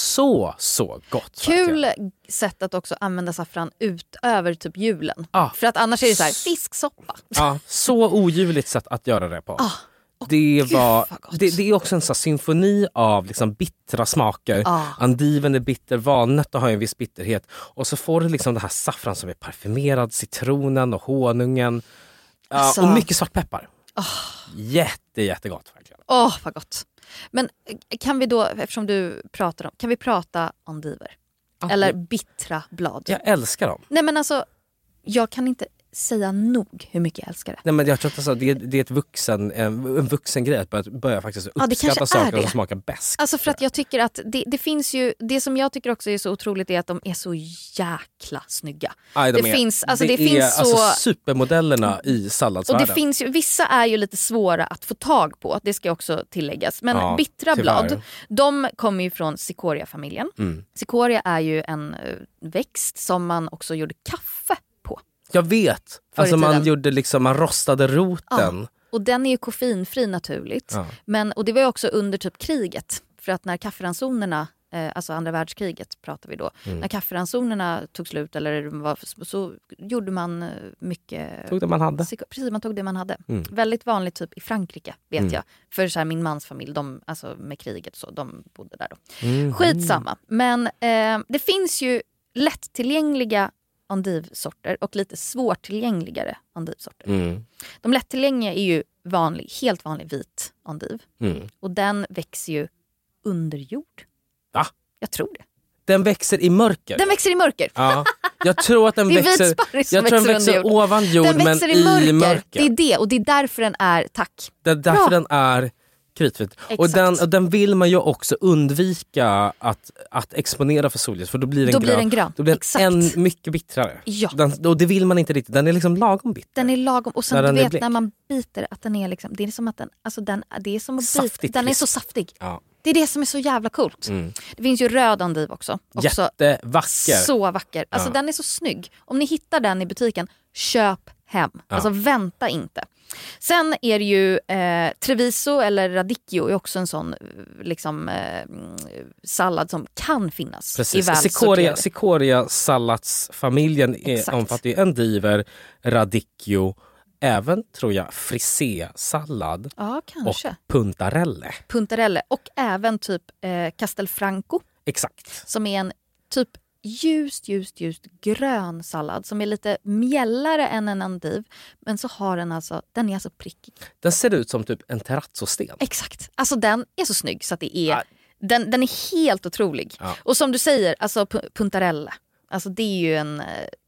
så gott. Kul sätt att också använda saffran utöver typ julen. För att annars är det så här fisksoppa. Så ojuligt sätt att göra det på. Det är också en sån symfoni av liksom bittra smaker. Endiven är bitter, valnötter har en viss bitterhet. Och så får du liksom det här saffran som är parfymerad, citronen och honungen. Och mycket svartpeppar. Jättegott verkligen. Vad gott. Men kan vi då, eftersom du pratar om, kan vi prata endiver? Eller bittra blad? Jag älskar dem. Nej men alltså, jag kan inte säga nog hur mycket jag älskar det. Nej, men jag tror att alltså, det är en vuxen grej att börja faktiskt uppskatta saker som smakar bäst. Alltså för att jag tycker att det finns ju, det som jag tycker också är så otroligt är att de är så jäkla snygga. Det finns supermodellerna i salladsvärlden. Och det finns ju, vissa är ju lite svåra att få tag på, det ska också tilläggas. Men bittra blad, de kommer ju från Cicoria-familjen. Cicoria är ju en växt som man också gjorde kaffe på. Jag vet. Alltså man rostade roten. Och den är ju koffeinfri naturligt. Och det var ju också under typ kriget. För att när kafferansonerna, alltså andra världskriget pratar vi då. När kafferansonerna tog slut så gjorde man mycket. Tog det man hade. Precis, man tog det man hade. Väldigt vanligt typ i Frankrike vet jag. För så här, min mans familj, alltså med kriget så, de bodde där då. Skitsamma. Men det finns ju lättillgängliga endivsorter och lite svårtillgängligare endivsorter. De lättillgängliga är ju helt vanlig vit endive. Och den växer ju under jord. Va? Jag tror det. Den växer i mörker. Den växer i mörker. Ja. Jag tror att den det är växer, vitsparris som jag tror den växer växer under jord. ovan jord Den men växer i mörker. Det är det, och det är därför den är, tack. Det är därför Bra. den är kritvit. Och den vill man ju också undvika att exponera för solljus, för då blir den grön. Då blir den än mycket bittrare. Ja. Och det vill man inte riktigt. Den är liksom lagom bitter. Den är lagom, och sen när du vet när man biter att den är liksom, det är som att det är som att Saftigt den är krisp. så saftig. Ja. Det är det som är så jävla coolt. Det finns ju röd endive också. Jättevacker. Så vacker. Alltså den är så snygg. Om ni hittar den i butiken, köp hem. Alltså vänta inte. Sen är det ju Treviso eller Radicchio är också en sån liksom sallad som kan finnas. Precis. I Cicoria salladsfamiljen omfattar ju endiver, radicchio, även tror jag frisé-sallad ja, kanske. och puntarelle. Puntarelle och även typ Castelfranco. Exakt. Som är en typ ljust grön sallad som är lite mjällare än en endive, men så har den är alltså prickig. Den ser ut som typ en terrazzosten. Exakt. Alltså den är så snygg så att det är den är helt otrolig. Ja. Och som du säger, alltså puntarelle. Alltså det är ju en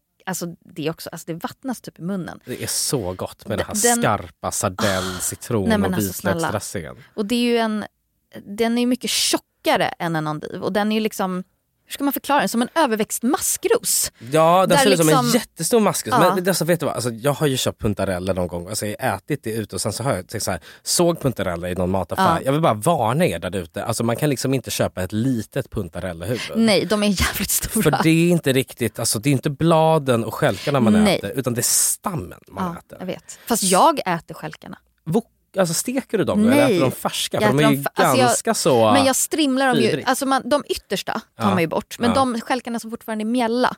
det är också, det vattnas typ i munnen. Det är så gott med den här skarpa sardell, citron och vitlöksdressingen. Och det är ju den är ju mycket tjockare än en endive, och den är ju liksom, hur ska man förklara den? Som en överväxt maskros. Ja, den ser ut som en liksom jättestor maskros. Ja. Men alltså, vet du vad? Alltså, jag har ju köpt puntarelle någon gång. Alltså, jag har ätit det ute och sen så har jag så här, såg puntarelle i någon mataffär. Ja. Jag vill bara varna er där ute. Alltså, man kan liksom inte köpa ett litet puntarellehuvud. Nej, de är jävligt stora. För det är inte riktigt, alltså, det är inte bladen och skälkarna man äter, utan det är stammen man äter. Jag vet. Fast jag äter skälkarna. Alltså steker du dem eller äter de färska? För de är ju ganska så. Men jag strimlar dem ju. Alltså de yttersta tar man ju bort. Men de skälkarna som fortfarande är mjälla.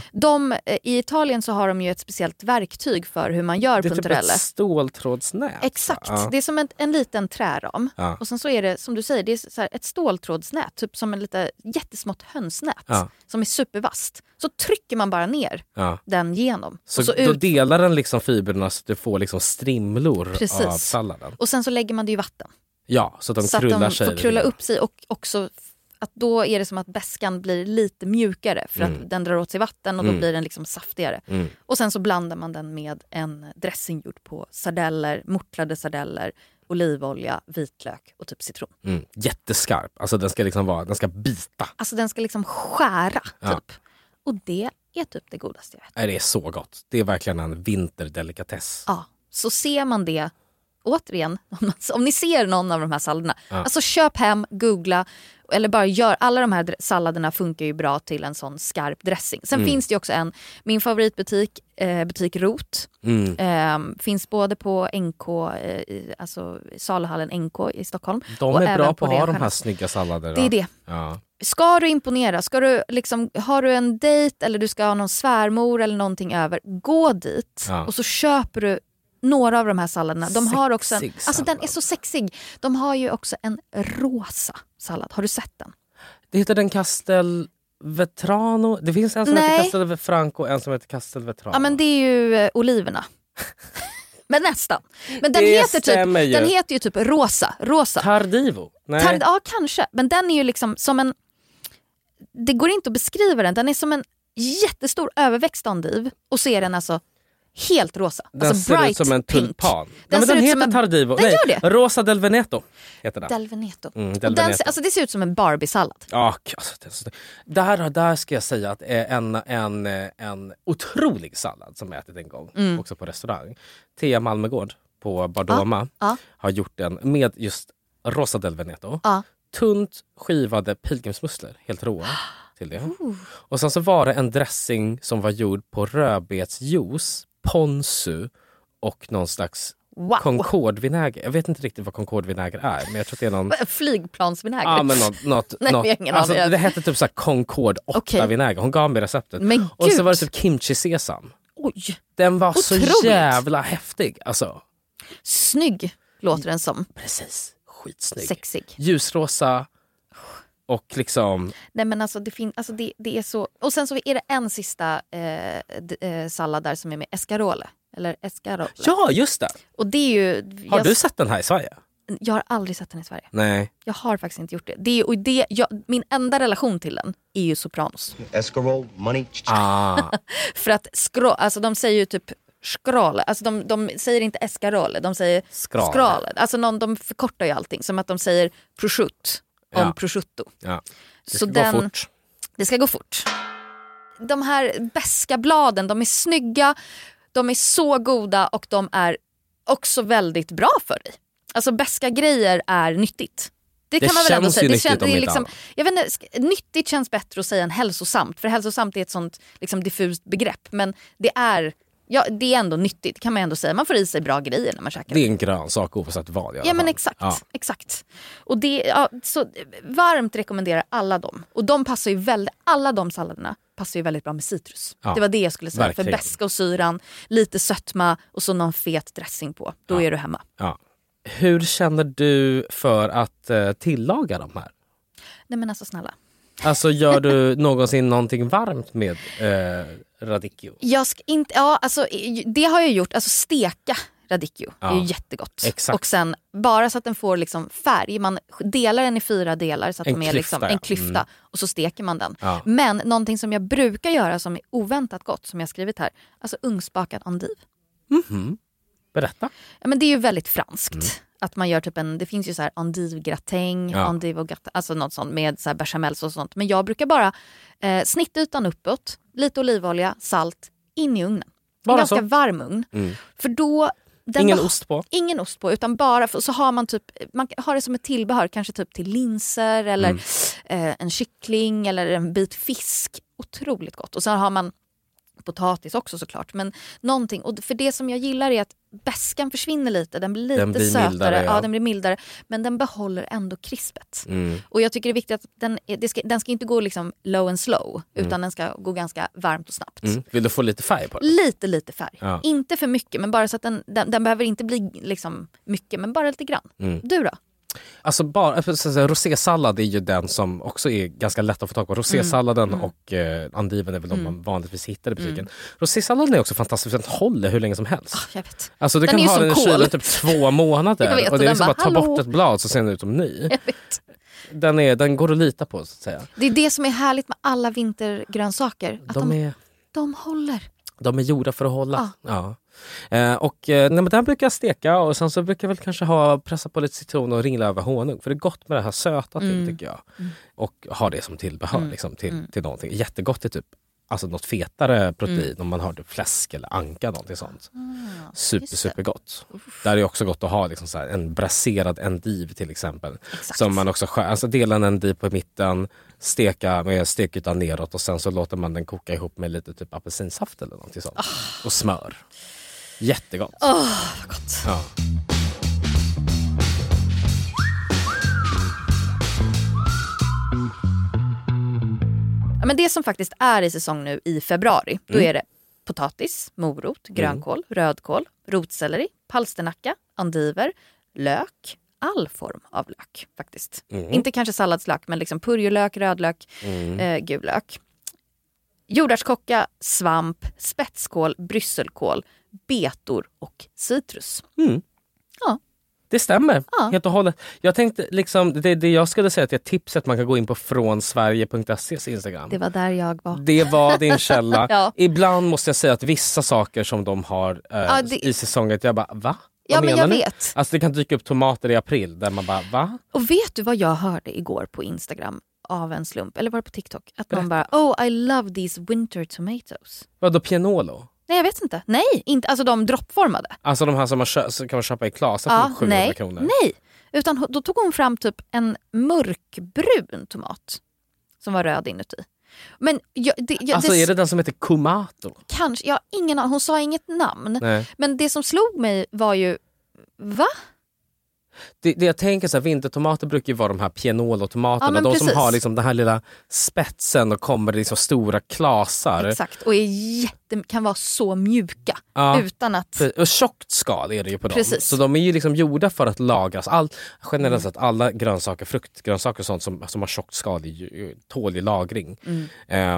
I Italien så har de ju ett speciellt verktyg för hur man gör puntarelle. Det är typ ett ståltrådsnät. Exakt. Det är som en liten träram. Och sen så är det, som du säger, det är så här ett ståltrådsnät. Typ som en lite jättesmått hönsnät. Som är supervast. Så trycker man bara ner den genom. Så, och så då delar den liksom fibrerna så att du får liksom strimlor av salladen. Och sen så lägger man det i vatten. Ja, så att de krullar sig. Så att de får krulla upp sig, och också att då är det som att bäskan blir lite mjukare för att den drar åt sig vatten, och då blir den liksom saftigare. Och sen så blandar man den med en dressing gjord på sardeller, mortlade sardeller, olivolja, vitlök och typ citron. Jätteskarp. Alltså den ska bita. Alltså den ska liksom skära typ. Och det är typ det godaste jag vet. Det är så gott. Det är verkligen en vinterdelikatess. Ja, så ser man det återigen, om ni ser någon av de här salladerna, alltså köp hem, googla, eller bara gör. Alla de här salladerna funkar ju bra till en sån skarp dressing. Sen finns det ju också min favoritbutik, butik Rot. Finns både på NK, alltså saluhallen NK i Stockholm. De och är bra på att ha de här snygga salladerna. Det är det. Ja. Ska du imponera, har du en dejt eller du ska ha någon svärmor eller någonting över, gå dit och så köper du några av de här salladerna. De har också alltså den är så sexig. De har ju också en rosa sallad. Har du sett den? Det heter den Castelvetrano. Det finns en som heter Castelfranco och en som heter Castelvetrano. Ja, men det är ju oliverna. Men nästan. Men den heter ju typ rosa. Tardivo? Nej. Ja, kanske. Men den är ju liksom som en... Det går inte att beskriva den. Den är som en jättestor överväxt endive. Och så är den alltså helt rosa. Den alltså ser bright ut som en tulpan. Den heter Tardivo. Den gör det. Rosa del Veneto heter den. Del Veneto. Del Veneto. Alltså det ser ut som en Barbie-sallad. Ja, där ska jag säga att en otrolig sallad som jag ätit en gång. Också på restaurang. Thea Malmegård på Bardoma har gjort den med just Rosa del Veneto. Tunt skivade pilgrimsmusslor, helt råa till det. Och sen så var det en dressing som var gjord på rödbetsjuice, ponzu och någon slags Concordvinäger. Jag vet inte riktigt vad Concordvinäger är, men jag tror att det är någon... Flygplansvinäger? Ja, men något alltså, det hette typ så här Concord 8-vinäger. Hon gav mig receptet. Men och så var det typ kimchi sesam. Oj! Den var så jävla häftig. Alltså. Snygg låter den som. Precis. Skitsnygg. Sexig. Ljusrosa och liksom... Nej, men alltså det är så... Och sen så är det en sista sallad där som är med escarole. eller escarola. Ja, just det. Och det är ju... Har du sett den här i Sverige? Jag har aldrig sett den i Sverige. Nej. Jag har faktiskt inte gjort det. Min enda relation till den är ju Sopranos. Escarole, money. För att alltså de säger ju typ skrale. Alltså de säger inte escarole, de säger skrale. Alltså de förkortar ju allting. Som att de säger prosciutto om prosciutto. Ja. Det ska gå fort. Det ska gå fort. De här beska bladen, de är snygga, de är så goda och de är också väldigt bra för dig. Alltså beska grejer är nyttigt. Det kan man väl ändå säga. Det är liksom, jag vet inte, nyttigt känns bättre att säga än hälsosamt. För hälsosamt är ett sånt liksom diffust begrepp. Men det är ändå nyttigt, kan man ändå säga. Man får i sig bra grejer när man käkar. Det är en grönsak oavsett vad. Ja men exakt. Och så varmt rekommenderar alla dem. Och de passar ju alla de salladerna passar ju väldigt bra med citrus. Det var det jag skulle säga. Verkligen. För beska och syran, lite sötma och så någon fet dressing på. Då är du hemma. Ja. Hur känner du för att tillaga de här? Nej men alltså snälla. Alltså gör du någonsin någonting varmt med radicchio? Det har jag gjort. Alltså steka radicchio är ju jättegott. Exakt. Och sen bara så att den får liksom färg. Man delar den i 4 delar så att de är liksom en klyfta. Och så steker man den. Ja. Men någonting som jag brukar göra som är oväntat gott, som jag skrivit här. Alltså ugnsbakad endive. Mm-hmm. Berätta. Ja, men det är ju väldigt franskt. Att man gör typ det finns ju så här endive gratäng, endive och gratäng, alltså något sånt med så här bechamel och sånt. Men jag brukar bara snittytan uppåt, lite olivolja, salt, in i ugnen. En ganska varm ugn. För då ingen ost på? Ingen ost på, utan bara så har man typ, man har det som ett tillbehör, kanske typ till linser eller en kyckling eller en bit fisk. Otroligt gott. Och sen har man potatis också såklart, men någonting, och för det som jag gillar är att bäskan försvinner lite, den blir lite sötare, mildare, den blir mildare, men den behåller ändå krispet. Och jag tycker det är viktigt att den ska inte gå liksom low and slow, utan den ska gå ganska varmt och snabbt. Vill du få lite färg på den? Lite färg. Ja. Inte för mycket, men bara så att den behöver inte bli liksom mycket, men bara lite grann. Du då? Alltså rosésallad är ju den som också är ganska lätt att få tag på. Rosésalladen och endiven är väl de man vanligtvis hittar i butiken. Rosésalladen är också fantastisk, den håller hur länge som helst. Jag vet. Alltså du kan ha den i kylen typ 2 månader och det är liksom bara ta bort ett blad så ser den ut som ny. Jag vet. Den går att lita på så att säga. Det är det som är härligt med alla vintergrönsaker. Att de håller. De är gjorda för att hålla. Ja. Men den brukar jag steka och sen så brukar jag väl kanske pressa på lite citron och ringla över honung. För det är gott med det här söta till tycker jag. Och ha det som tillbehör liksom, till någonting. Jättegott är typ alltså något fetare protein om man har typ fläsk eller anka, någonting sånt. Supergott. Där är också gott att ha liksom så här, en braserad endive till exempel. Exakt. Som man också alltså dela en endive på mitten, steka med stekytan neråt och sen så låter man den koka ihop med lite typ apelsinsaft eller någonting sånt. Och smör. Jättegott. Vad gott. Ja. Men det som faktiskt är i säsong nu i februari, då är det potatis, morot, grönkål, rödkål, rotselleri, palsternacka, endiver, lök, all form av lök faktiskt. Inte kanske salladslök, men liksom purjolök, rödlök, gul lök. Jordärtskocka, svamp, spetskål, brysselkål, betor och citrus. Ja. Det stämmer, helt och hållet. Jag tänkte liksom, det jag skulle säga att jag tipset man kan gå in på frånsverige.se Instagram. Det var där jag var. Det var din källa. Ja. Ibland måste jag säga att vissa saker som de har i säsongen, jag bara, va? Ja, men jag vet. Alltså det kan dyka upp tomater i april där man bara, va? Och vet du vad jag hörde igår på Instagram av en slump? Eller var det på TikTok? Att man bara, I love these winter tomatoes. Vadå, pianolo? Nej, jag vet inte. Nej, inte, alltså de droppformade. Alltså de här som kan man köpa i Klasa för 700 kronor? Nej, utan då tog hon fram typ en mörkbrun tomat som var röd inuti. Men är det den som heter Kumato? Kanske, hon sa inget namn. Nej. Men det som slog mig var ju, va? Det jag tänker så här, vintertomater brukar ju vara de här pianolotomaterna, de som har liksom den här lilla spetsen och kommer i liksom stora klasar. Exakt, och kan vara så mjuka utan att... Och tjockt skal är det ju på dem. Precis. Så de är ju liksom gjorda för att lagras. Generellt sett alla grönsaker, fruktgrönsaker och sånt som har tjockt skal tål i lagring.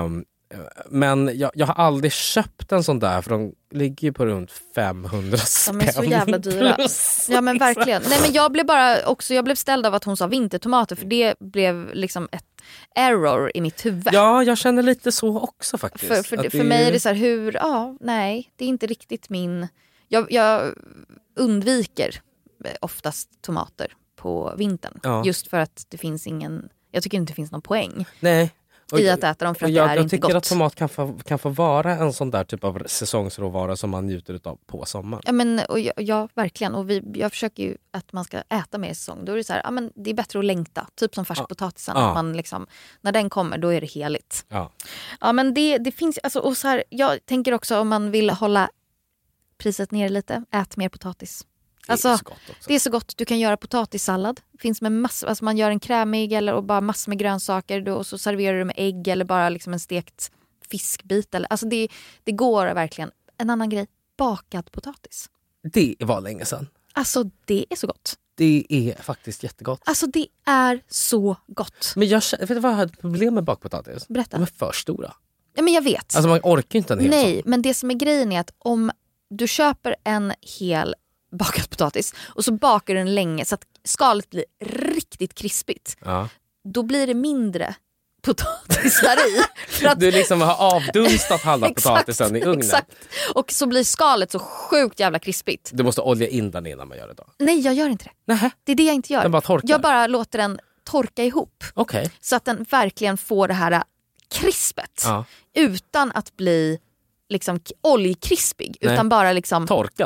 Men jag har aldrig köpt en sån där, för de ligger ju på runt 500 spänn. De är så jävla dyra. Ja men verkligen. Nej men jag blev ställd av att hon sa vintertomater, för det blev liksom ett error i mitt huvud. Ja, jag känner lite så också faktiskt. För mig är det så här, nej, det är inte riktigt min... Jag undviker oftast tomater på vintern. Ja. Just för att det finns jag tycker inte det finns någon poäng. Nej. I att äta dem, för att det är inte gott. Jag tycker att tomat kan få vara en sån där typ av säsongsråvara som man njuter av på sommaren. Ja, men, ja verkligen. Och jag försöker ju att man ska äta mer i säsong. Då är det så här, men det är bättre att längta. Typ som färskpotatisen. Att man liksom, när den kommer, då är det heligt. Ja, men det finns... Alltså, och så här, jag tänker också, om man vill hålla priset ner lite, ät mer potatis. Alltså, det är så gott. Du kan göra potatissallad. Finns med massor, alltså man gör en krämig och bara massor med grönsaker, och så serverar du med ägg eller bara liksom en stekt fiskbit. Alltså det går verkligen. En annan grej, bakad potatis. Det var länge sedan. Alltså det är så gott. Det är faktiskt jättegott. Alltså det är så gott. Men vet du vad jag hade problem med bakpotatis? Berätta. De är för stora. Ja, men jag vet. Alltså man orkar inte en hel. Nej, men det som är grejen är att om du köper en hel bakad potatis och så bakar du den länge så att skalet blir riktigt krispigt. Ja. Då blir det mindre potatisar i. För att... Du liksom har avdunstat halva potatisen i ugnen. Exakt. Och så blir skalet så sjukt jävla krispigt. Du måste olja in den innan man gör det då? Nej, jag gör inte det. Nähä. Det är det jag inte gör. Den bara torkar. Jag bara låter den torka ihop. Okay. Så att den verkligen får det här krispet. Ja. Utan att bli liksom oljekrispig. Nej. Utan bara liksom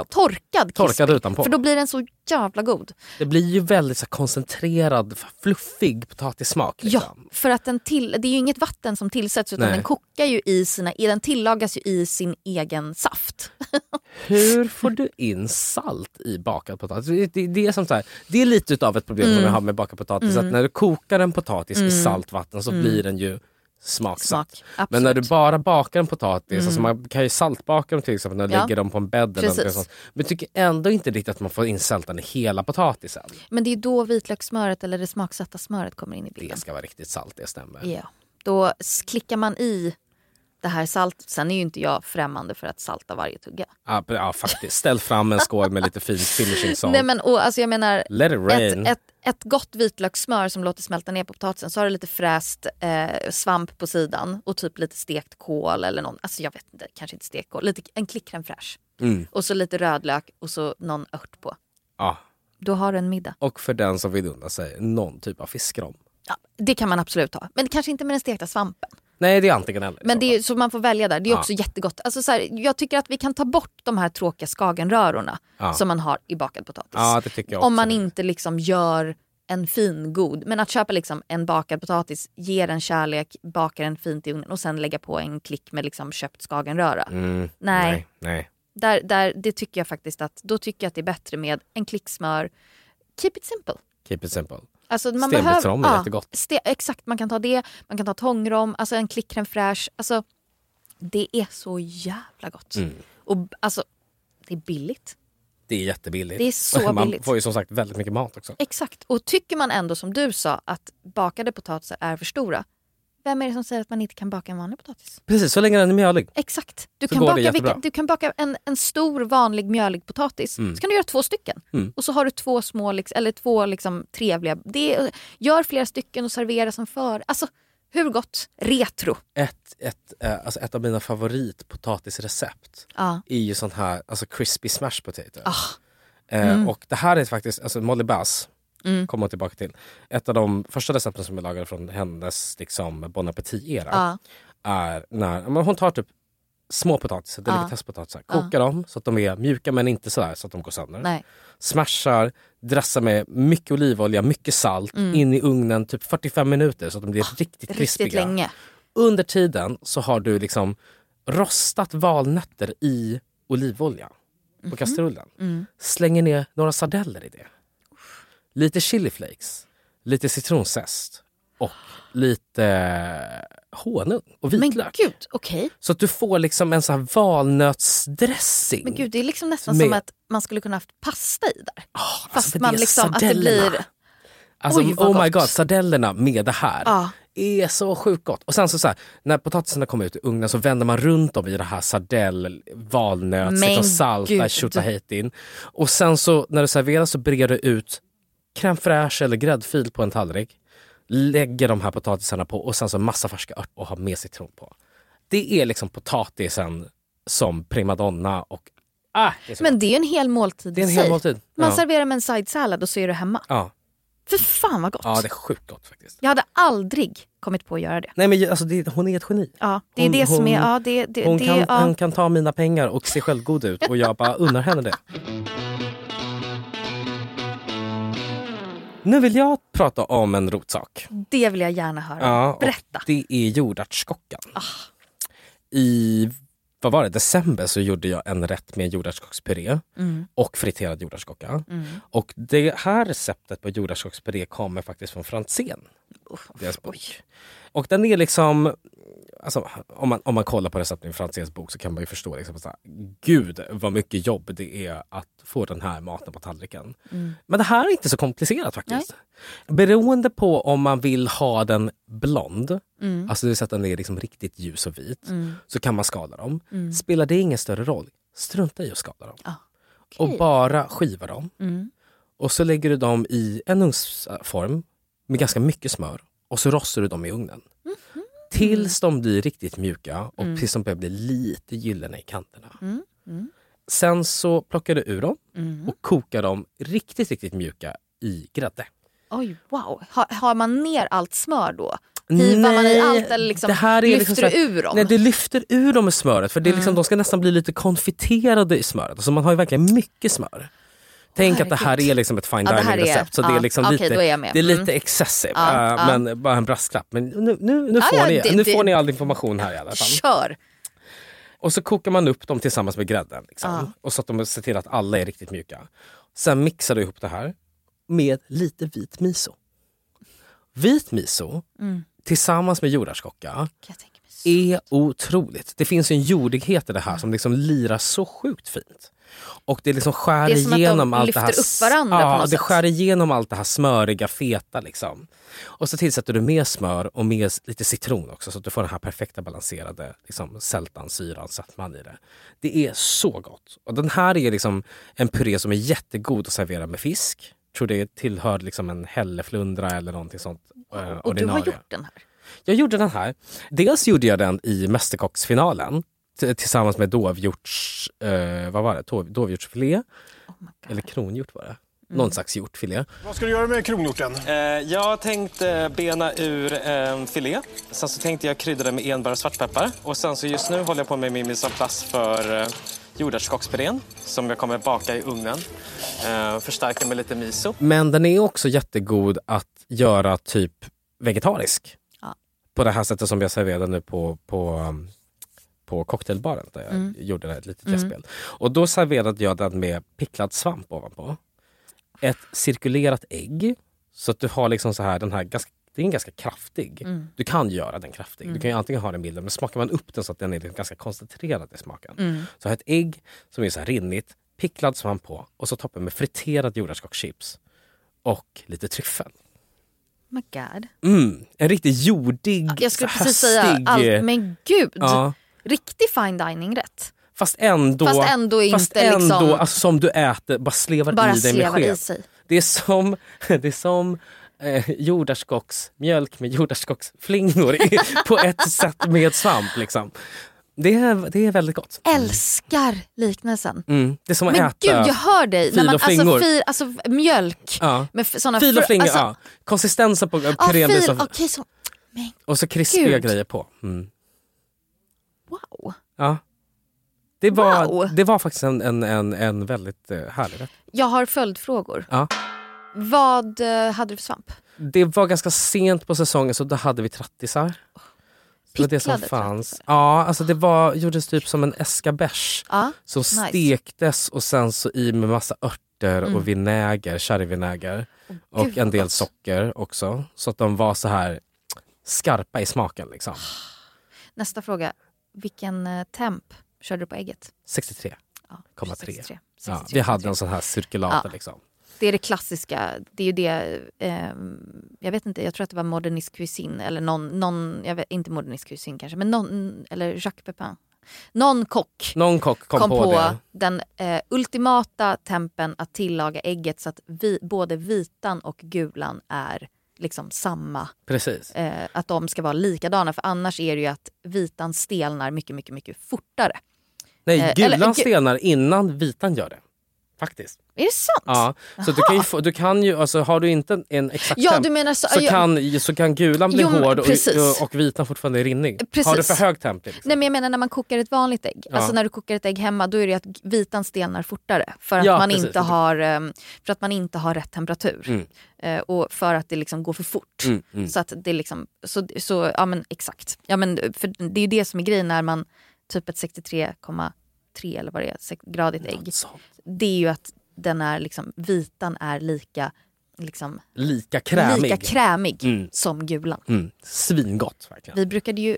torkad utanpå. För då blir den så jävla god. Det blir ju väldigt så koncentrerad, fluffig potatissmak. Liksom. Ja, för att det är ju inget vatten som tillsätts, utan den kokar ju den tillagas ju i sin egen saft. Hur får du in salt i bakad potatis? Det är som så här, det är lite av ett problem som jag har med bakad potatis. Att när du kokar en potatis i salt vatten så blir den ju smaksatt. Men när du bara bakar en potatis, alltså man kan ju saltbaka dem till exempel när du lägger dem på en bädd eller något sånt. Men tycker ändå inte riktigt att man får in saltan i hela potatisen. Men det är då vitlökssmöret eller det smaksatta smöret kommer in i bilden. Det ska vara riktigt salt, det stämmer. Ja. Då klickar man i det här salt. Sen är ju inte jag främmande för att salta varje tugga. Ja, faktiskt. Ställ fram en skål med lite fin finishing salt. Nej, men alltså jag menar, let it rain. Ett gott vitlökssmör som låter smälta ner på potatisen, så har du lite fräst svamp på sidan och typ lite stekt kål eller någon, alltså jag vet inte, kanske inte stekt kål, en klick crème fraîche. Och så lite rödlök och så någon ört på. Ja. Då har du en middag. Och för den som vill unna sig någon typ av fiskrom. Ja, det kan man absolut ha. Men kanske inte med den stekta svampen. Nej, det är antingen eller. Men det är, så man får välja där. Det är också jättegott. Alltså, så här, jag tycker att vi kan ta bort de här tråkiga skagenrörorna som man har i bakad potatis. Ja, det tycker jag också. Om man inte liksom gör en fin god. Men att köpa liksom en bakad potatis, ge den kärlek, baka den fint i ugnen och sen lägga på en klick med liksom köpt skagenröra. Nej. Där, det tycker jag faktiskt att, då tycker jag att det är bättre med en klick smör. Keep it simple. Keep it simple. Alltså man stenbitsrom är jättegott. Exakt, man kan ta det. Man kan ta tångrom, alltså en klick crème fraîche. Alltså, det är så jävla gott. Och alltså, det är billigt. Det är jättebilligt. Det är så billigt. Man får ju som sagt väldigt mycket mat också. Exakt. Och tycker man ändå, som du sa, att bakade potatisar är för stora, vem är det som säger att man inte kan baka en vanlig potatis? Precis, så länge den är mjölig. Exakt. Du kan baka en stor vanlig mjölig potatis. Så kan du göra 2 stycken. Och så har du 2 små, eller 2 liksom trevliga. Gör flera stycken och servera som för. Alltså, hur gott? Retro. Ett av mina favoritpotatisrecept är ju sån här, alltså crispy smash potato. Och det här är faktiskt, alltså Molly Bass kommer tillbaka till. Ett av de första recepten som jag lagade från hennes liksom Bon Appetit-era är när hon tar typ små potatisar, delikatesspotatisar, kokar dem så att de är mjuka men inte sådär så att de går sönder. Nej. Smashar, dressar med mycket olivolja, mycket salt, in i ugnen typ 45 minuter så att de blir riktigt krispiga. Länge. Under tiden så har du liksom rostat valnötter i olivolja på kastrullen. Slänger ner några sardeller i det. Lite chiliflakes, lite citronzest och lite honung och vitlök. Men gud, okej. Så att du får liksom en sån här valnötsdressing. Men gud, det är liksom nästan som att man skulle kunna haft pasta i där. Fast alltså man liksom, att det blir... Alltså, oh my god, sardellerna med det här är så sjukt gott. Och sen så här, när potatisarna kommer ut i ugnen så vänder man runt dem i det här sardell, valnöt, och salta, tjotahejtin. Och sen så när det serveras så breder du ut crème fraîche eller gräddfil på en tallrik. Lägger de här potatisarna på och sen så massa färska ört och har med citron på. Det är liksom potatisen som primadonna och men det är en hel måltid. Det är en hel måltid. Man serverar med en side salad och så är du hemma. Ja. För fan vad gott. Ja, det är sjukt gott faktiskt. Jag hade aldrig kommit på att göra det. Nej, men alltså, hon är ett geni. Ja, det är det som är... Ja, hon kan ta mina pengar och se självgod ut och jag bara unnar henne det. Nu vill jag prata om en rotsak. Det vill jag gärna höra. Ja, berätta. Det är jordärtskockan. I december så gjorde jag en rätt med jordärtskockspuré och friterad jordärtskocka. Och det här receptet på jordärtskockspuré kommer faktiskt från Franzén. Deras bok. Och den är liksom, alltså, om man kollar på receptet i Franzéns bok så kan man ju förstå liksom, så här, gud vad mycket jobb det är att få den här maten på tallriken. Men det här är inte så komplicerat faktiskt. Nej. Beroende på om man vill ha den blond, alltså det vill säga att den är liksom riktigt ljus och vit, så kan man skala dem. Spelar det ingen större roll, strunta i att skala dem. Okay. Och bara skiva dem. Och så lägger du dem i en ugnsform med ganska mycket smör. Och så rostar du dem i ugnen. Tills de blir riktigt mjuka och tills de börjar bli lite gyllene i kanterna. Sen så plockar du ur dem och kokar dem riktigt, riktigt mjuka i grädde. Oj, wow. Har man ner allt smör då? Hivar man i allt eller liksom, det här är lyfter liksom du ur dem? Nej, det lyfter ur dem med smöret. För det är liksom, de ska nästan bli lite konfiterade i smöret. Alltså man har ju verkligen mycket smör. Tänk att det här är liksom ett fine dining recept. Så det är liksom lite, det är lite excessive. Men bara en brasklapp. Men nu får ni all information här i alla fall. Kör! Och så kokar man upp dem tillsammans med grädden. Liksom. Och så att de ser till att alla är riktigt mjuka. Sen mixar du ihop det här med lite vit miso. Vit miso tillsammans med jordärtskocka är otroligt. Det finns en jordighet i det här som liksom lirar så sjukt fint. Och det liksom skär igenom allt det här. Upp varandra på något det skär igenom allt det här smöriga, feta liksom. Och så tillsätter du mer smör och mer lite citron också så att du får den här perfekta balanserade liksom sältan, syran, sötman i det. Det är så gott. Och den här är liksom en puré som är jättegod att servera med fisk. Jag tror det tillhör liksom en hälleflundra eller någonting sånt. Och du har gjort den här? Jag gjorde den här. Dels gjorde jag den i Mästerkocksfinalen tillsammans med dovhjortsfilé. Eller kronhjort var det. Någon slags hjortfilé. Vad ska du göra med kronhjorten? Jag tänkte bena ur en filé. Sen så tänkte jag krydda det med enbär och svartpeppar. Och sen så just nu håller jag på med min mise en place för jordärtskockspurén som jag kommer baka i ugnen. Förstärka med lite miso. Men den är också jättegod att göra typ vegetarisk. Ja. På det här sättet som jag serverade nu på cocktailbaren där jag gjorde ett litet gästspel. Och då serverade jag den med picklad svamp ovanpå. Ett cirkulerat ägg. Så att du har liksom så här den här det är en ganska kraftig. Du kan göra den kraftig. Du kan ju antingen ha den milden men smakar man upp den så att den är ganska koncentrerad i smaken. Så har ett ägg som är så här rinnigt, picklad svamp på och så toppen med friterad jordärtskockschips och lite tryffel. My God. En riktigt jordig, jag skulle precis säga allt, men gud. Ja. Riktig fine dining rätt. Fast ändå inte liksom... alltså, som du äter, bara slevar i dig med sked. Det är som jordärtskocksmjölk med jordärtskocksflingor på ett sätt med svamp liksom. Det är väldigt gott. Älskar liknelsen. Det är som att men äta gud, jag hör dig. Fil och flingor. Alltså mjölk. Ja. Med såna fil och flingor, ja. Konsistensen på purén blir så... Okay, så... Och så krispiga grejer på. Wow. Ja. Det var faktiskt en väldigt härlig rätt. Jag har följdfrågor. Ja. Vad hade du för svamp? Det var ganska sent på säsongen så då hade vi trattisar. Det var det som fanns. Ja, alltså det gjordes typ som en escabeche som stektes och sen så i med massa örter och vinäger, sherryvinäger och en del socker också. Så att de var så här skarpa i smaken liksom. Nästa fråga. Vilken temp körde du på ägget? 63,3. 63. Ja, vi hade en sån här cirkulator liksom. Det är det klassiska. Det är ju det, jag vet inte, jag tror att det var Modernist Cuisine eller någon jag vet inte Modernist Cuisine kanske, men eller Jacques Pepin. Någon kock kom på det. Den ultimata tempen att tillaga ägget så att både vitan och gulan är liksom samma. Precis. Att de ska vara likadana, för annars är det ju att vitan stelnar mycket, mycket, mycket fortare. Nej, gulan stelnar innan vitan gör det. Faktiskt. Är det sant? Ja, så du kan ju alltså, har du inte en exakt temp, du menar så kan gulan bli hård och vitan fortfarande är rinnig. Precis. Har du för hög temp? Liksom? Nej, men jag menar när man kokar ett vanligt ägg. Ja. Alltså när du kokar ett ägg hemma, då är det att vitan stelnar fortare. För att, man inte har rätt temperatur. Och för att det liksom går för fort. Så att det liksom, så ja men exakt. Ja, men, för det är ju det som är grejen när man typ ett 63,3 eller vad det är, gradigt ägg. Det är ju att den är liksom, vitan är lika krämig som gulan. Svingott verkligen. Vi brukade ju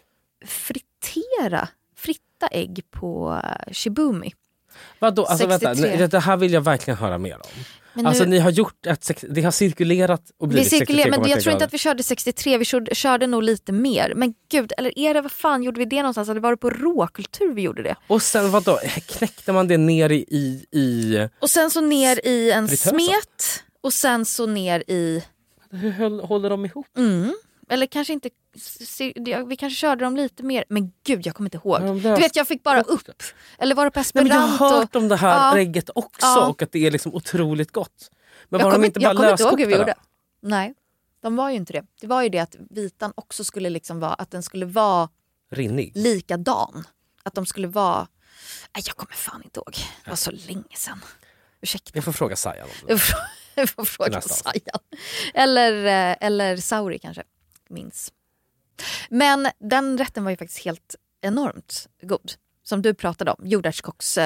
fritta ägg på shibumi. Vadå? Alltså, vänta, det här vill jag verkligen höra mer om. Men alltså ni har gjort det har cirkulerat och blivit 63,3 men jag tror inte att vi körde 63, vi körde nog lite mer. Men gud, eller vad fan gjorde vi det någonstans? Det var på råkultur vi gjorde det. Och sen vadå? Knäckte man det ner i och sen så ner i en fritösa? Smet och sen så ner i... Hur håller de ihop? Eller kanske inte, vi kanske körde dem lite mer. Men gud, jag kommer inte ihåg. Du vet, jag fick bara upp. Eller var det på Esperanto? Men jag har hört om det här ägget också och att det är liksom otroligt gott. Men var de inte bara löskokta? Jag kommer inte ihåg hur vi gjorde. Nej, de var ju inte det. Det var ju det att vitan också skulle liksom vara, att den skulle vara rinnig. Likadan. Att de skulle vara... jag kommer fan inte ihåg. Det var så länge sedan. Ursäkta. Vi får fråga Sajan om det. Vi får fråga Sajan. Eller Sauri kanske. Minns. Men den rätten var ju faktiskt helt enormt god. Som du pratade om, jordärtskocks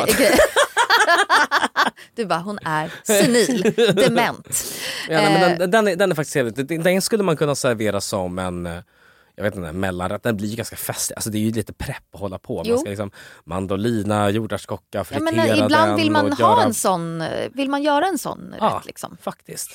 Du bara, hon är senil, dement. Men den är faktiskt helt, den skulle man kunna servera som en, jag vet inte, mellanrätt. Den blir ju ganska festlig. Alltså det är ju lite prepp att hålla på. Man ska liksom mandolina, jordärtskocka, fritera den. Men ibland vill man ha en sån, vill man göra en sån rätt liksom. Faktiskt.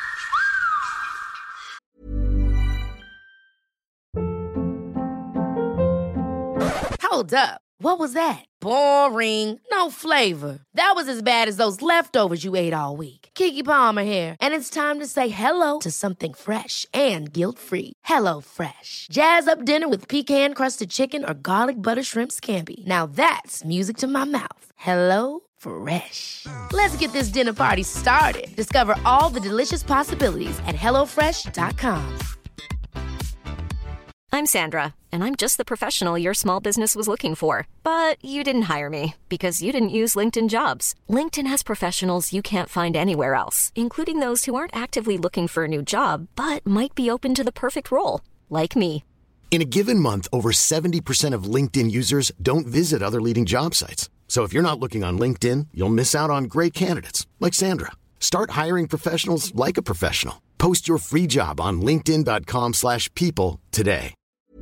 Hold up. What was that? Boring. No flavor. That was as bad as those leftovers you ate all week. Keke Palmer here, and it's time to say hello to something fresh and guilt-free. Hello Fresh. Jazz up dinner with pecan-crusted chicken or garlic butter shrimp scampi. Now that's music to my mouth. Hello Fresh. Let's get this dinner party started. Discover all the delicious possibilities at hellofresh.com. I'm Sandra, and I'm just the professional your small business was looking for. But you didn't hire me because you didn't use LinkedIn Jobs. LinkedIn has professionals you can't find anywhere else, including those who aren't actively looking for a new job, but might be open to the perfect role, like me. In a given month, over 70% of LinkedIn users don't visit other leading job sites. So if you're not looking on LinkedIn, you'll miss out on great candidates, like Sandra. Start hiring professionals like a professional. Post your free job on linkedin.com/people today.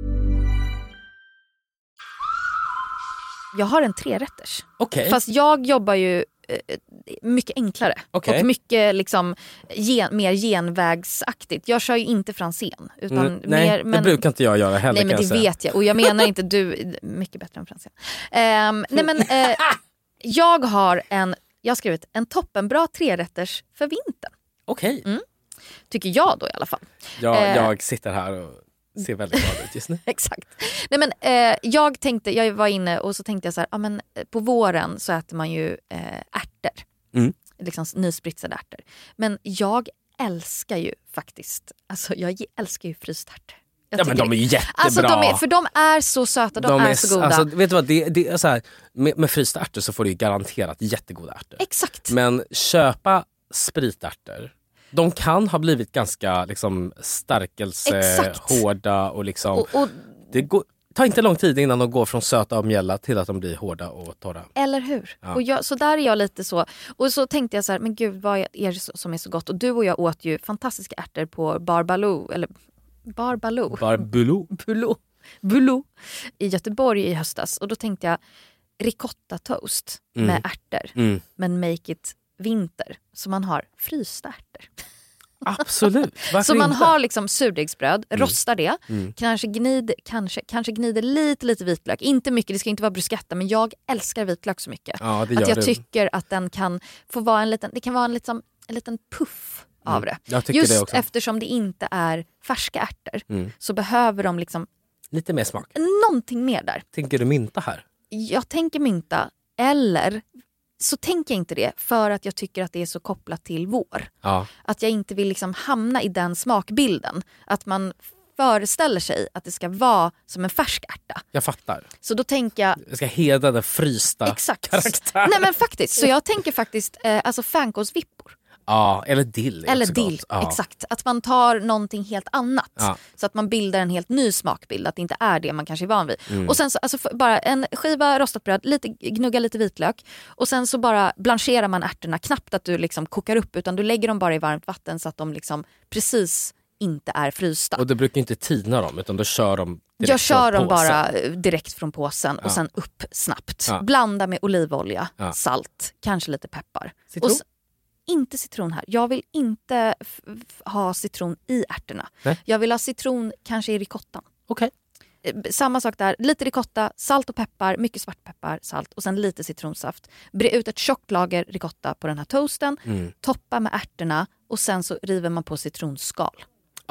Jag har en 3-rätters. Okay. Fast jag jobbar ju mycket enklare. Okay. Och mycket liksom mer genvägsaktigt. Jag kör ju inte fransen. Utan nej, det brukar inte jag göra heller. Nej, men det vet jag. Och jag menar inte du, mycket bättre än fransen. Nej, men jag har skrivit en toppenbra 3-rätters för vintern. Okej. Tycker jag då i alla fall. Jag sitter här och ser väldigt bra ut just nu. Exakt. Nej, men jag var inne och så tänkte jag så här, men på våren så äter man ju ärtor. Liksom nyspritsade ärtor. Men jag älskar ju faktiskt, alltså jag älskar ju frystärtor. Ja, men de är ju jättebra. Alltså för de är så söta, de är så goda. Alltså, vet du vad, det är så här, med frysta ärtor så får du ju garanterat jättegoda ärtor. Exakt. Men köpa spritärtor, de kan ha blivit ganska liksom hårda och liksom det tar inte lång tid innan de går från söta och mjälla till att de blir hårda och torra. Eller hur? Ja. Och så där är jag lite så. Och så tänkte jag så här, men gud, vad är det som är så gott? Och du och jag åt ju fantastiska ärtor på Barbalo i Göteborg i höstas. Och då tänkte jag ricotta toast med ärtor. Men make it vinter så man har frysta ärtor. Absolut. Varför så man inte? har liksom surdegsbröd, rostar det, kanske gnider lite vitlök. Inte mycket, det ska inte vara bruschetta, men jag älskar vitlök så mycket. Ja, det att gör jag du. tycker att den kan få vara en liten puff av det. Jag tycker Just det också. eftersom det inte är färska ärtor så behöver de liksom Lite mer smak. någonting mer där. Tänker du mynta här? Jag tänker mynta, eller så tänker jag inte det för att jag tycker att det är så kopplat till vår. Ja. Att jag inte vill liksom hamna i den smakbilden. Att man föreställer sig att det ska vara som en färsk ärta. Jag fattar. Så då tänker jag... Jag ska hedra den frysta karaktären. Nej men faktiskt, så jag tänker faktiskt alltså fänkålsvippor. Ja, eller dill. Eller dill, exakt. Att man tar någonting helt annat. Ja. Så att man bildar en helt ny smakbild. Att det inte är det man kanske är van vid. Och sen så, alltså, bara en skiva rostat bröd, gnugga lite vitlök. Och sen så bara blancherar man ärtorna. Knappt att du liksom kokar upp, utan du lägger dem bara i varmt vatten så att de liksom precis inte är frysta. Och du brukar inte tina dem, utan du kör dem direkt Jag kör från dem påsen. bara direkt från påsen och sen upp snabbt. Blanda med olivolja, salt, kanske lite peppar. Citron? Och inte citron här. Jag vill inte ha citron i ärtorna. Nej. Jag vill ha citron kanske i ricottan. Okej. Samma sak där. Lite ricotta, salt och peppar, mycket svartpeppar, salt och sen lite citronsaft. Bre ut ett tjockt lager ricotta på den här toasten. Toppa med ärtorna och sen så river man på citronskal.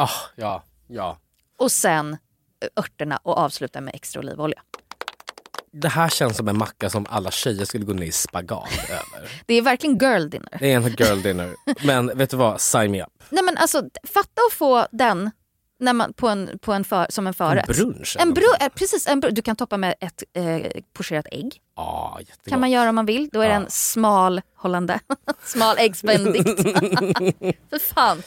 Ja. Och sen örterna och avsluta med extra olivolja. Det här känns som en macka som alla tjejer skulle gå ner i spagat över. Det är verkligen girl dinner. Det är en girl dinner. Men vet du vad? Sign me up. Nej men alltså, fatta att få den när man, som en förrätt. En brunch. Precis, du kan toppa med ett pocherat ägg. Jättegott. Kan man göra om man vill. Då är det en smal hollande. Smal äggsbenedikt. För fan.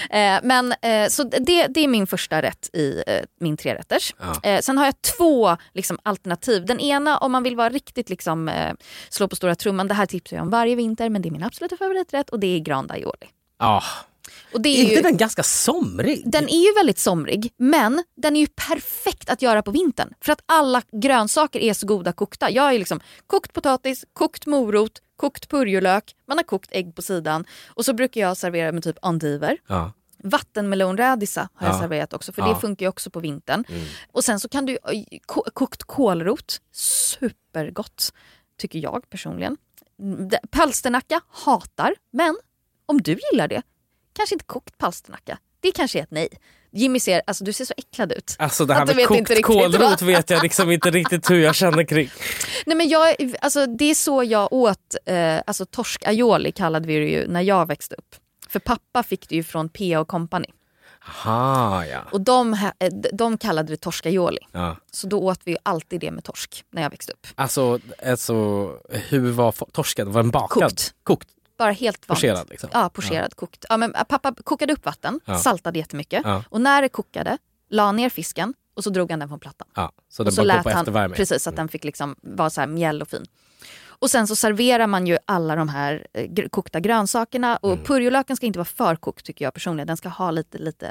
Så det är min första rätt i min 3-rätters. Sen har jag 2 liksom, alternativ. Den ena, om man vill vara riktigt liksom, slå på stora trumman. Det här tipsar jag om varje vinter, men det är min absoluta favoriträtt. Och det är grande aioli. Och det är inte ju, den ganska somrig? Den är ju väldigt somrig, men den är ju perfekt att göra på vintern. För att alla grönsaker är så goda kokta. Jag har ju liksom kokt potatis, kokt morot, kokt purjolök, man har kokt ägg på sidan. Och så brukar jag servera med typ endiver. Vattenmelonrädisa har jag serverat också, för det funkar ju också på vintern. Och sen så kan du kokt kålrot, supergott tycker jag personligen. Palsternacka hatar, men om du gillar det, kanske inte kokt palsternacka. Det kanske är ett nej. Jimmy ser, alltså du ser så äcklad ut. Alltså det här med kokt kålrot vet jag liksom inte riktigt hur jag känner kring. Nej men det är så jag åt, alltså torsk aioli kallade vi det ju när jag växte upp. För pappa fick det ju från P.A. Company. Aha, ja. Och de kallade det torsk aioli. Så då åt vi ju alltid det med torsk när jag växte upp. Alltså hur var torsken? Var den bakad? Kokt. Bara helt vanligt. Pocherad liksom? Ja, pocherad, kokt. Ja, men pappa kokade upp vatten, saltade jättemycket. Och när det kokade, la ner fisken och så drog han den från plattan. Så den bara på eftervärme. Precis, så att den fick liksom vara så här mjäll och fin. Och sen så serverar man ju alla de här kokta grönsakerna. Och purjolöken ska inte vara för kokt tycker jag personligen. Den ska ha en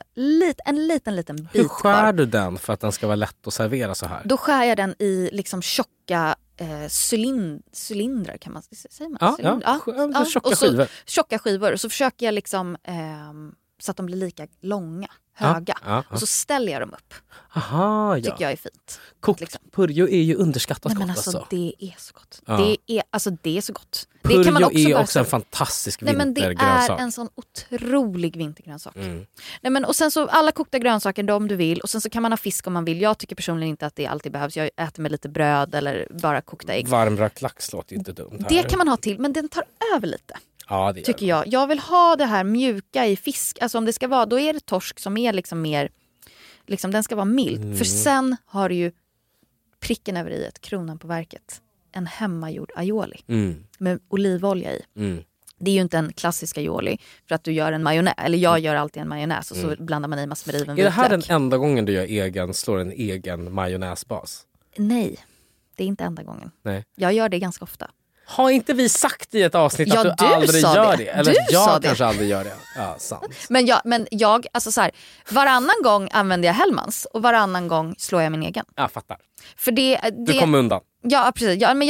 liten bit. Hur skär du den för att den ska vara lätt att servera så här? Då skär jag den i liksom tjocka cylindrar kan man säga. Tjocka skivor. Tjocka skivor. Och så försöker jag liksom så att de blir lika långa, höga. Och så ställer jag dem upp. Aha, ja. Tycker jag är fint. Kokt liksom. Purjo är ju underskattat gott. Men alltså det är så gott. Det är så gott. Purjo det kan man också är bara också en fantastisk vintergrönsak. Det är en sån otrolig vintergrönsak. Nej, men, och sen så alla kokta grönsaker om du vill. Och sen så kan man ha fisk om man vill. Jag tycker personligen inte att det alltid behövs. Jag äter med lite bröd eller bara kokta ägg. Varmrökt lax låter inte dumt här. Det kan man ha till, men den tar över lite. Ja, det tycker jag. Jag vill ha det här mjuka i fisk. Alltså om det ska vara, då är det torsk som är liksom mer, liksom den ska vara mild. För sen har du ju pricken över i ett, kronan på verket. En hemmagjord aioli med olivolja i. Det är ju inte en klassisk aioli för att du gör en majonnäs, eller jag gör alltid en majonnäs och så blandar man i massor med riven vitlök. Är det här den enda gången du slår en egen majonnäsbas? Nej, det är inte enda gången. Nej. Jag gör det ganska ofta. Har inte vi sagt i ett avsnitt Ja, att du du aldrig sa gör det. det? Eller Du jag sa det. kanske aldrig gör det. Ja, sant. Men jag alltså så här, varannan gång använder jag Hellmans och varannan gång slår jag min egen. Jag fattar. För det Du kommer undan. Ja, precis. Ja, men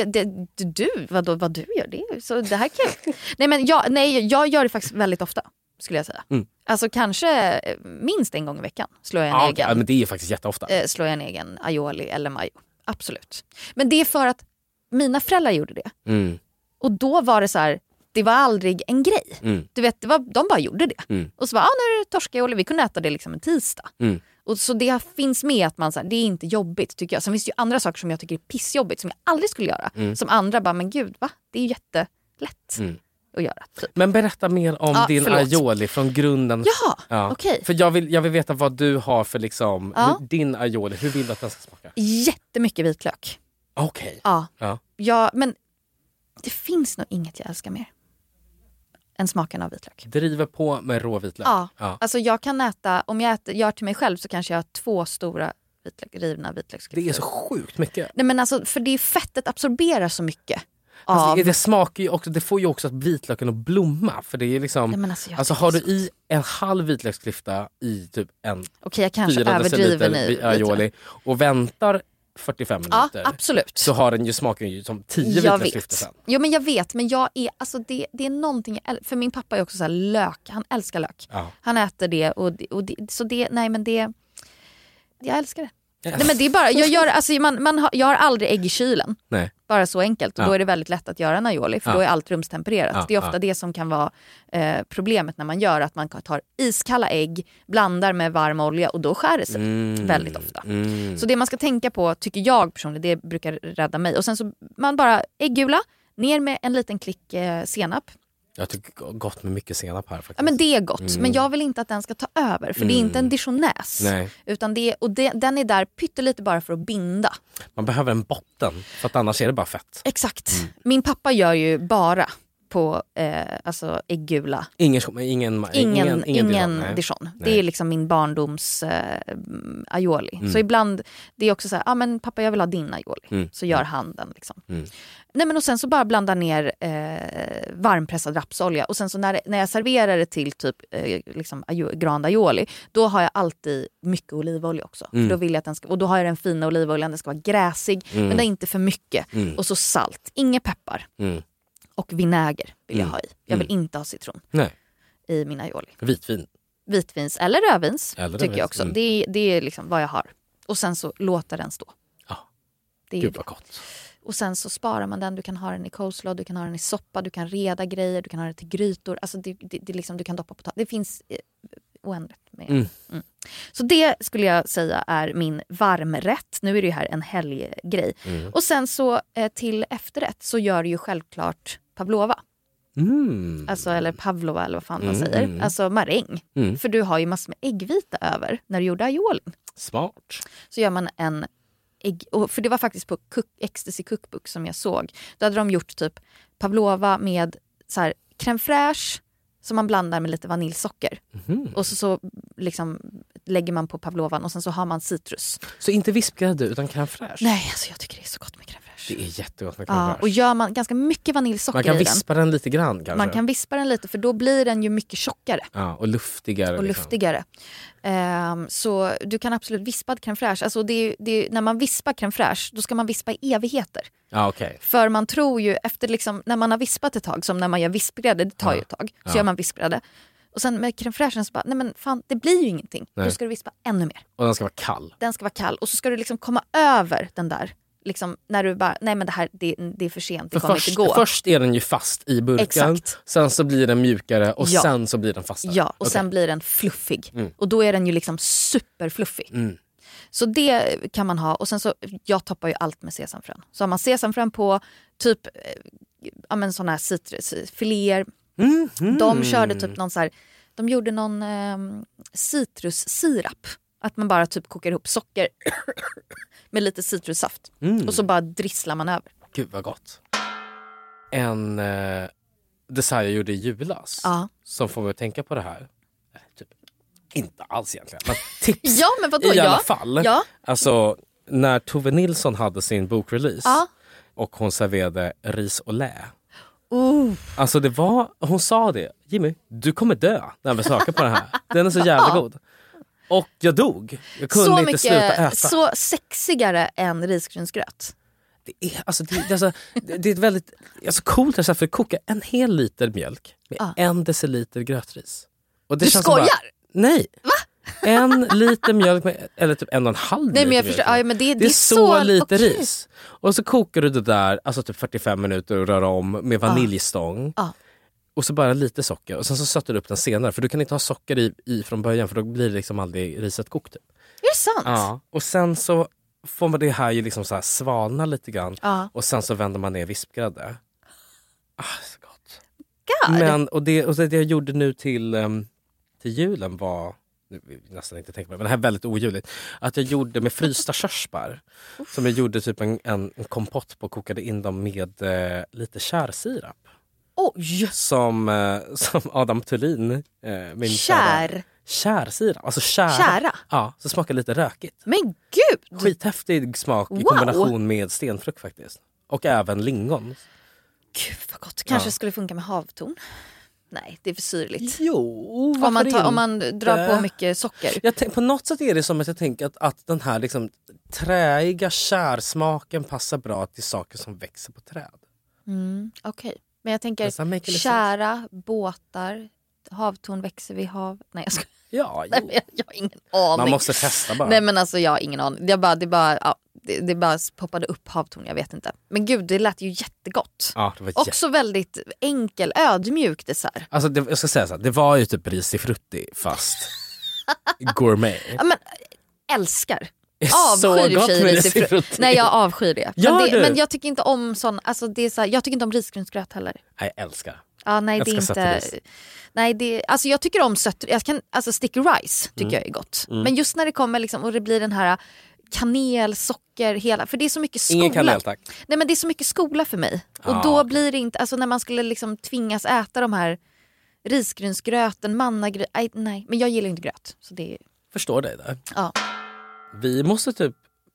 vad du gör det. Så det här är kul. Jag gör det faktiskt väldigt ofta, skulle jag säga. Alltså kanske minst en gång i veckan slår jag en egen. Ja, men det är faktiskt jätteofta. Slår jag en egen aioli eller mayo. Absolut. Men det är för att mina föräldrar gjorde det. Och då var det så här, det var aldrig en grej. Du vet, de bara gjorde det. Och så var nu är det torskaioli, vi kunde äta det liksom en tisdag. Och så det finns med att man så här, det är inte jobbigt tycker jag. Sen finns det ju andra saker som jag tycker är pissjobbigt som jag aldrig skulle göra. Som andra bara, men gud va? Det är ju jättelätt att göra. Typ. Men berätta mer om din aioli från grunden. Ja. Okej. För jag vill veta vad du har för liksom, din aioli. Hur vill du att den ska smaka? Jättemycket vitlök. Okej. Ja, men det finns nog inget jag älskar mer än smaken av vitlök. Driver på med rå vitlök. Ja. Alltså jag kan äta, om jag gör till mig själv så kanske jag har 2 stora rivna vitlöksklyftor. Det är så sjukt mycket. Nej men alltså, för det är fettet absorberar så mycket. Alltså, det smakar ju också, det får ju också vitlöken att blomma. För det är liksom, Nej, men alltså har du i en halv vitlöksklyfta i typ en Okej, jag kanske 4 överdriven deciliter i aioli och väntar 45 minuter. Ja, absolut. Så har den ju smaken ju som 10 vitlöksklyftor sen. Jo men jag vet, men jag är, alltså det är någonting, för min pappa är också så här lök, han älskar lök. Han äter det och det, så det, nej men det, jag älskar det. Nej men det är bara, jag har aldrig ägg i kylen. Nej. Bara så enkelt. Och då är det väldigt lätt att göra en aioli. För då är allt rumstempererat. Det är ofta det som kan vara problemet när man gör. Att man tar iskalla ägg, blandar med varm olja och då skär det sig väldigt ofta. Så det man ska tänka på, tycker jag personligen, det brukar rädda mig. Och sen så man bara äggula, ner med en liten klick senap. Jag tycker gott med mycket senap här faktiskt. Ja men det är gott, men jag vill inte att den ska ta över. För det är inte en dijonäs. Utan den är där pyttelite bara för att binda. Man behöver en botten, för att annars är det bara fett. Exakt. Min pappa gör ju bara på alltså äggula. Ingen dijon. Det är liksom min barndoms aioli. Så ibland, det är också så här, men pappa jag vill ha din aioli. Så gör han den liksom. Nej men och sen så bara blanda ner varmpressad rapsolja. Och sen så när jag serverar det till typ liksom grand aioli, då har jag alltid mycket olivolja också. För då vill jag att den ska, och då har jag den fina olivoljan, den ska vara gräsig. Men det är inte för mycket. Och så salt, inga peppar. Och vinäger vill jag ha i. Jag vill inte ha citron i min aioli. Vitvins eller rödvins tycker jag också. Det är liksom vad jag har. Och sen så låter den stå. Det är Gud vad gott. Och sen så sparar man den. Du kan ha den i coleslaw, du kan ha den i soppa, du kan reda grejer, du kan ha den till grytor. Alltså det liksom, du kan doppa på. Det finns oändligt med. Så det skulle jag säga är min varmrätt. Nu är det ju här en helggrej. Och sen så till efterrätt så gör du ju självklart pavlova. Alltså, eller pavlova eller vad fan man säger. Alltså maräng. För du har ju massor med äggvita över när du gjorde aiolin. Smart. Så gör man en ägg, för det var faktiskt på Ecstasy Cookbook som jag såg. Då hade de gjort typ pavlova med så här crème fraîche som man blandar med lite vaniljsocker. Och så liksom lägger man på pavlovan och sen så har man citrus. Så inte vispgrädde utan crème fraîche? Nej, alltså jag tycker det är så gott med crème fraîche. Det är jättegott med crème fraîche. Och gör man ganska mycket vaniljsocker i den. Man kan vispa den lite grann kanske. Man kan vispa den lite för då blir den ju mycket tjockare. Ja, och luftigare. Och luftigare. Så du kan absolut vispa crème fraîche. Alltså när man vispar crème fraîche, då ska man vispa i evigheter. Ja, okay. För man tror ju efter liksom, när man har vispat ett tag, som när man gör vispgrädde, det tar ju ett tag. Så gör man vispgrädde. Och sen med crème fraîchen så bara, nej men fan, det blir ju ingenting. Då ska du vispa ännu mer. Och den ska vara kall. Den ska vara kall. Och så ska du liksom komma över den där. Liksom, när du bara, nej men det här det är för sent, det kommer inte gå. Först är den ju fast i burken. Exakt. Sen så blir den mjukare och sen så blir den fastare. Ja, och sen blir den fluffig. Och då är den ju liksom superfluffig. Så det kan man ha. Och sen så, jag toppar ju allt med sesamfrön. Så har man sesamfrön på typ sådana här citrusfiléer. De körde typ någon så här, de gjorde någon citrussirap. Att man bara typ kokar ihop socker med lite citrussaft. Och så bara drisslar man över. Gud vad gott. En dessert jag gjorde i julas. Som får mig att tänka på det här. Typ, inte alls egentligen. Men tips ja, men vadå? i alla fall. Ja. Alltså när Tove Nilsson hade sin bokrelease. och hon serverade ris och lä. Alltså hon sa det, Jimmy, du kommer dö när vi smakar på den här. Den är så jävla god. Och jag dog. Jag kunde så inte mycket, sluta äta. Så sexigare än risgrynsgröt. Det är ett väldigt coolt recept för att koka en hel liter mjölk med 1 deciliter grötris. Och det du känns skojar? Nej. Va? 1 liter mjölk med, eller typ 1,5 liter. Nej, men jag mjölk. förstår, men det är så lite okay. ris. Och så kokar du det där alltså typ 45 minuter och rör om med vaniljstång. Och så bara lite socker. Och sen så sätter du upp den senare. För du kan inte ha socker i från början. För då blir det liksom aldrig riset kokt. Typ. Är det sant? Ja. Och sen så får man det här ju liksom så här svalna lite grann. Och sen så vänder man ner vispgrädde. Så gott. God. Men, och det jag gjorde nu till julen var... Nu vill jag nästan inte tänka på det, men det här är väldigt ojuligt. Att jag gjorde med frysta körsbär. Som jag gjorde typ en kompott på och kokade in dem med lite kärsirap. Oj! Som Adam Thulin, min kärsirap, alltså kära. Ja, så smakar lite rökigt. Men gud! Skithäftig smak i kombination med stenfrukt faktiskt. Och även lingon. Gud vad gott. Kanske skulle funka med havtorn. Nej, det är för syrligt. Jo, om man drar på mycket socker. På något sätt är det som att jag tänker att den här liksom träiga kärsmaken passar bra till saker som växer på träd. Okej. Men jag tänker kära, båtar, havtorn växer vid hav. Nej, jag ska... Ja, nej, jag har ingen aning. Man måste testa bara. Nej, men alltså jag har ingen aning. Det bara poppade upp havtorn, jag vet inte. Men gud, det lät ju jättegott. Ja, det var också väldigt enkel, ödmjuk dessert. Alltså jag ska säga så här, det var ju typ risifrutti fast gourmet. Ja, men älskar. Så gott med risifrutti. Nej, jag avskyr det. Men jag tycker inte om sån, alltså det är så här, jag tycker inte om risgrynsgröt heller. Nej, jag älskar. Ja, nej, det är inte. Nej, det alltså jag tycker om sött. Sticky rice tycker jag är gott. Men just när det kommer liksom och det blir den här kanel, socker, hela, för det är så mycket skola. Ingen kanel, tack. Nej, men det är så mycket skola för mig. Och då blir det inte, alltså när man skulle liksom tvingas äta de här risgrynsgröten, mannagröt, nej, men jag gillar inte gröt. Så det är... Förstår dig där. Ja. Vi måste typ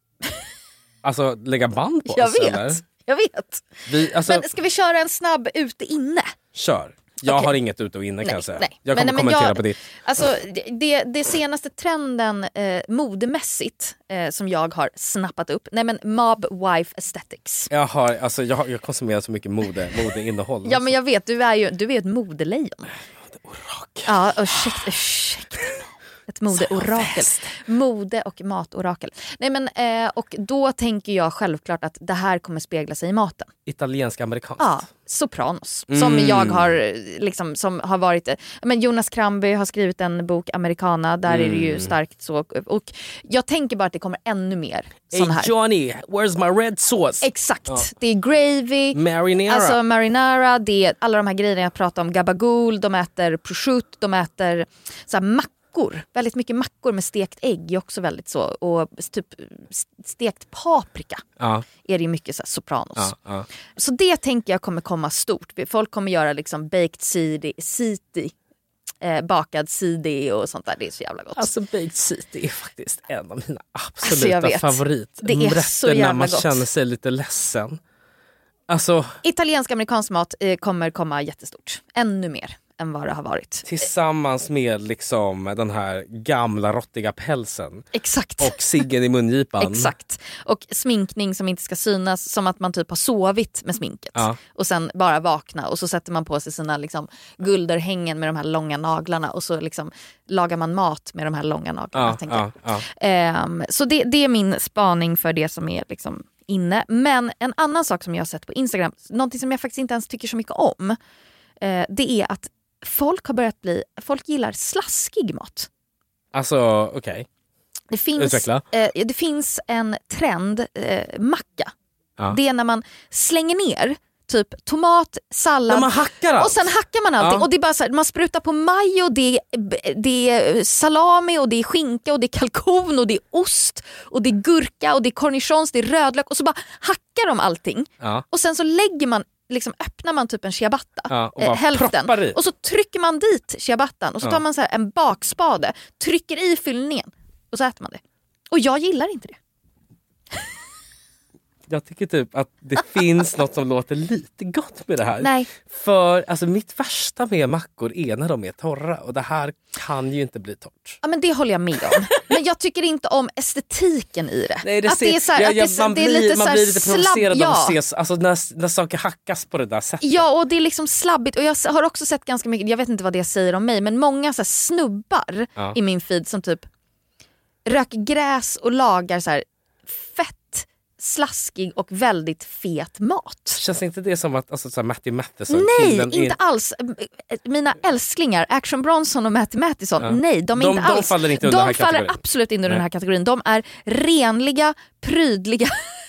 alltså lägga band på jag oss. Jag vet. Men ska vi köra en snabb ute-inne? Kör. Jag har inget ute och inne kan jag säga. Nej. Jag kommer kommentera på ditt. Alltså, det senaste trenden modemässigt som jag har snappat upp. Nej, men mob wife aesthetics. Jag konsumerar så mycket modeinnehåll. Ja, men jag vet, du är ett modelejon. Moderakel. Ja, ursäkta. Ett modeorakel. Mode- och matorakel. Nej, men, och då tänker jag självklart att det här kommer spegla sig i maten. Italiensk-amerikanskt. Ja, Sopranos. Som jag har liksom, som har varit, men Jonas Kramby har skrivit en bok Americana, där är det ju starkt så, och jag tänker bara att det kommer ännu mer sån här. Hey Johnny, where's my red sauce? Exakt, det är gravy, marinara, det är alla de här grejerna jag pratar om, gabagool, de äter prosciutto, de äter så här mackor. Väldigt mycket mackor med stekt ägg är också väldigt så, och typ stekt paprika är det ju mycket så här Sopranos. Så det tänker jag kommer komma stort. Folk kommer göra liksom baked ziti, bakad ziti och sånt där. Det är så jävla gott. Alltså baked ziti är faktiskt en av mina absoluta favoriträtter. Det är så jävla när man gott. känner sig lite ledsen. Alltså, italiensk-amerikansk mat kommer komma jättestort. Ännu mer än vad det har varit. Tillsammans med liksom den här gamla rottiga pälsen. Exakt. Och ciggen i mungipan. Exakt. Och sminkning som inte ska synas, som att man typ har sovit med sminket. Och sen bara vakna och så sätter man på sig sina liksom gulderhängen med de här långa naglarna och så liksom lagar man mat med de här långa naglarna. Så det är min spaning för det som är liksom inne. Men en annan sak som jag har sett på Instagram, någonting som jag faktiskt inte ens tycker så mycket om, det är att folk gillar slaskig mat. Alltså, okej. Det finns en trend, macka. Det är när man slänger ner typ tomat, sallad, man hackar och sen hackar man allting. Och det är bara så här, man sprutar på majo, det är salami och det är skinka och det är kalkon och det är ost och det är gurka och det är cornichons, det är rödlök, och så bara hackar de allting. Och sen så lägger man liksom, öppnar man typ en ciabatta, hälften, och så trycker man dit ciabattan och så tar man så här en bakspade, trycker i fyllningen och så äter man det. Och jag gillar inte det. jag tycker typ att det finns något som låter lite gott med det här. Nej. För alltså, mitt värsta med mackor är när de är torra. Och det här kan ju inte bli torrt. Ja, men det håller jag med om. Men jag tycker inte om estetiken i det. Nej, att det är så här, man blir lite provocerad av att se alltså, när saker hackas på det där sättet. Ja, och det är liksom slabbigt. Och jag har också sett ganska mycket, jag vet inte vad det säger om mig, men många så här snubbar i min feed som typ röker gräs och lagar så här fett, slaskig och väldigt fet mat. Känns inte det som att alltså, så här, Matty Matheson? Nej, inte alls. Mina älsklingar, Action Bronson och Matty Matheson, nej, de är inte alls. De faller inte under den här kategorin. De faller absolut inte under den här kategorin. De är renliga, prydliga,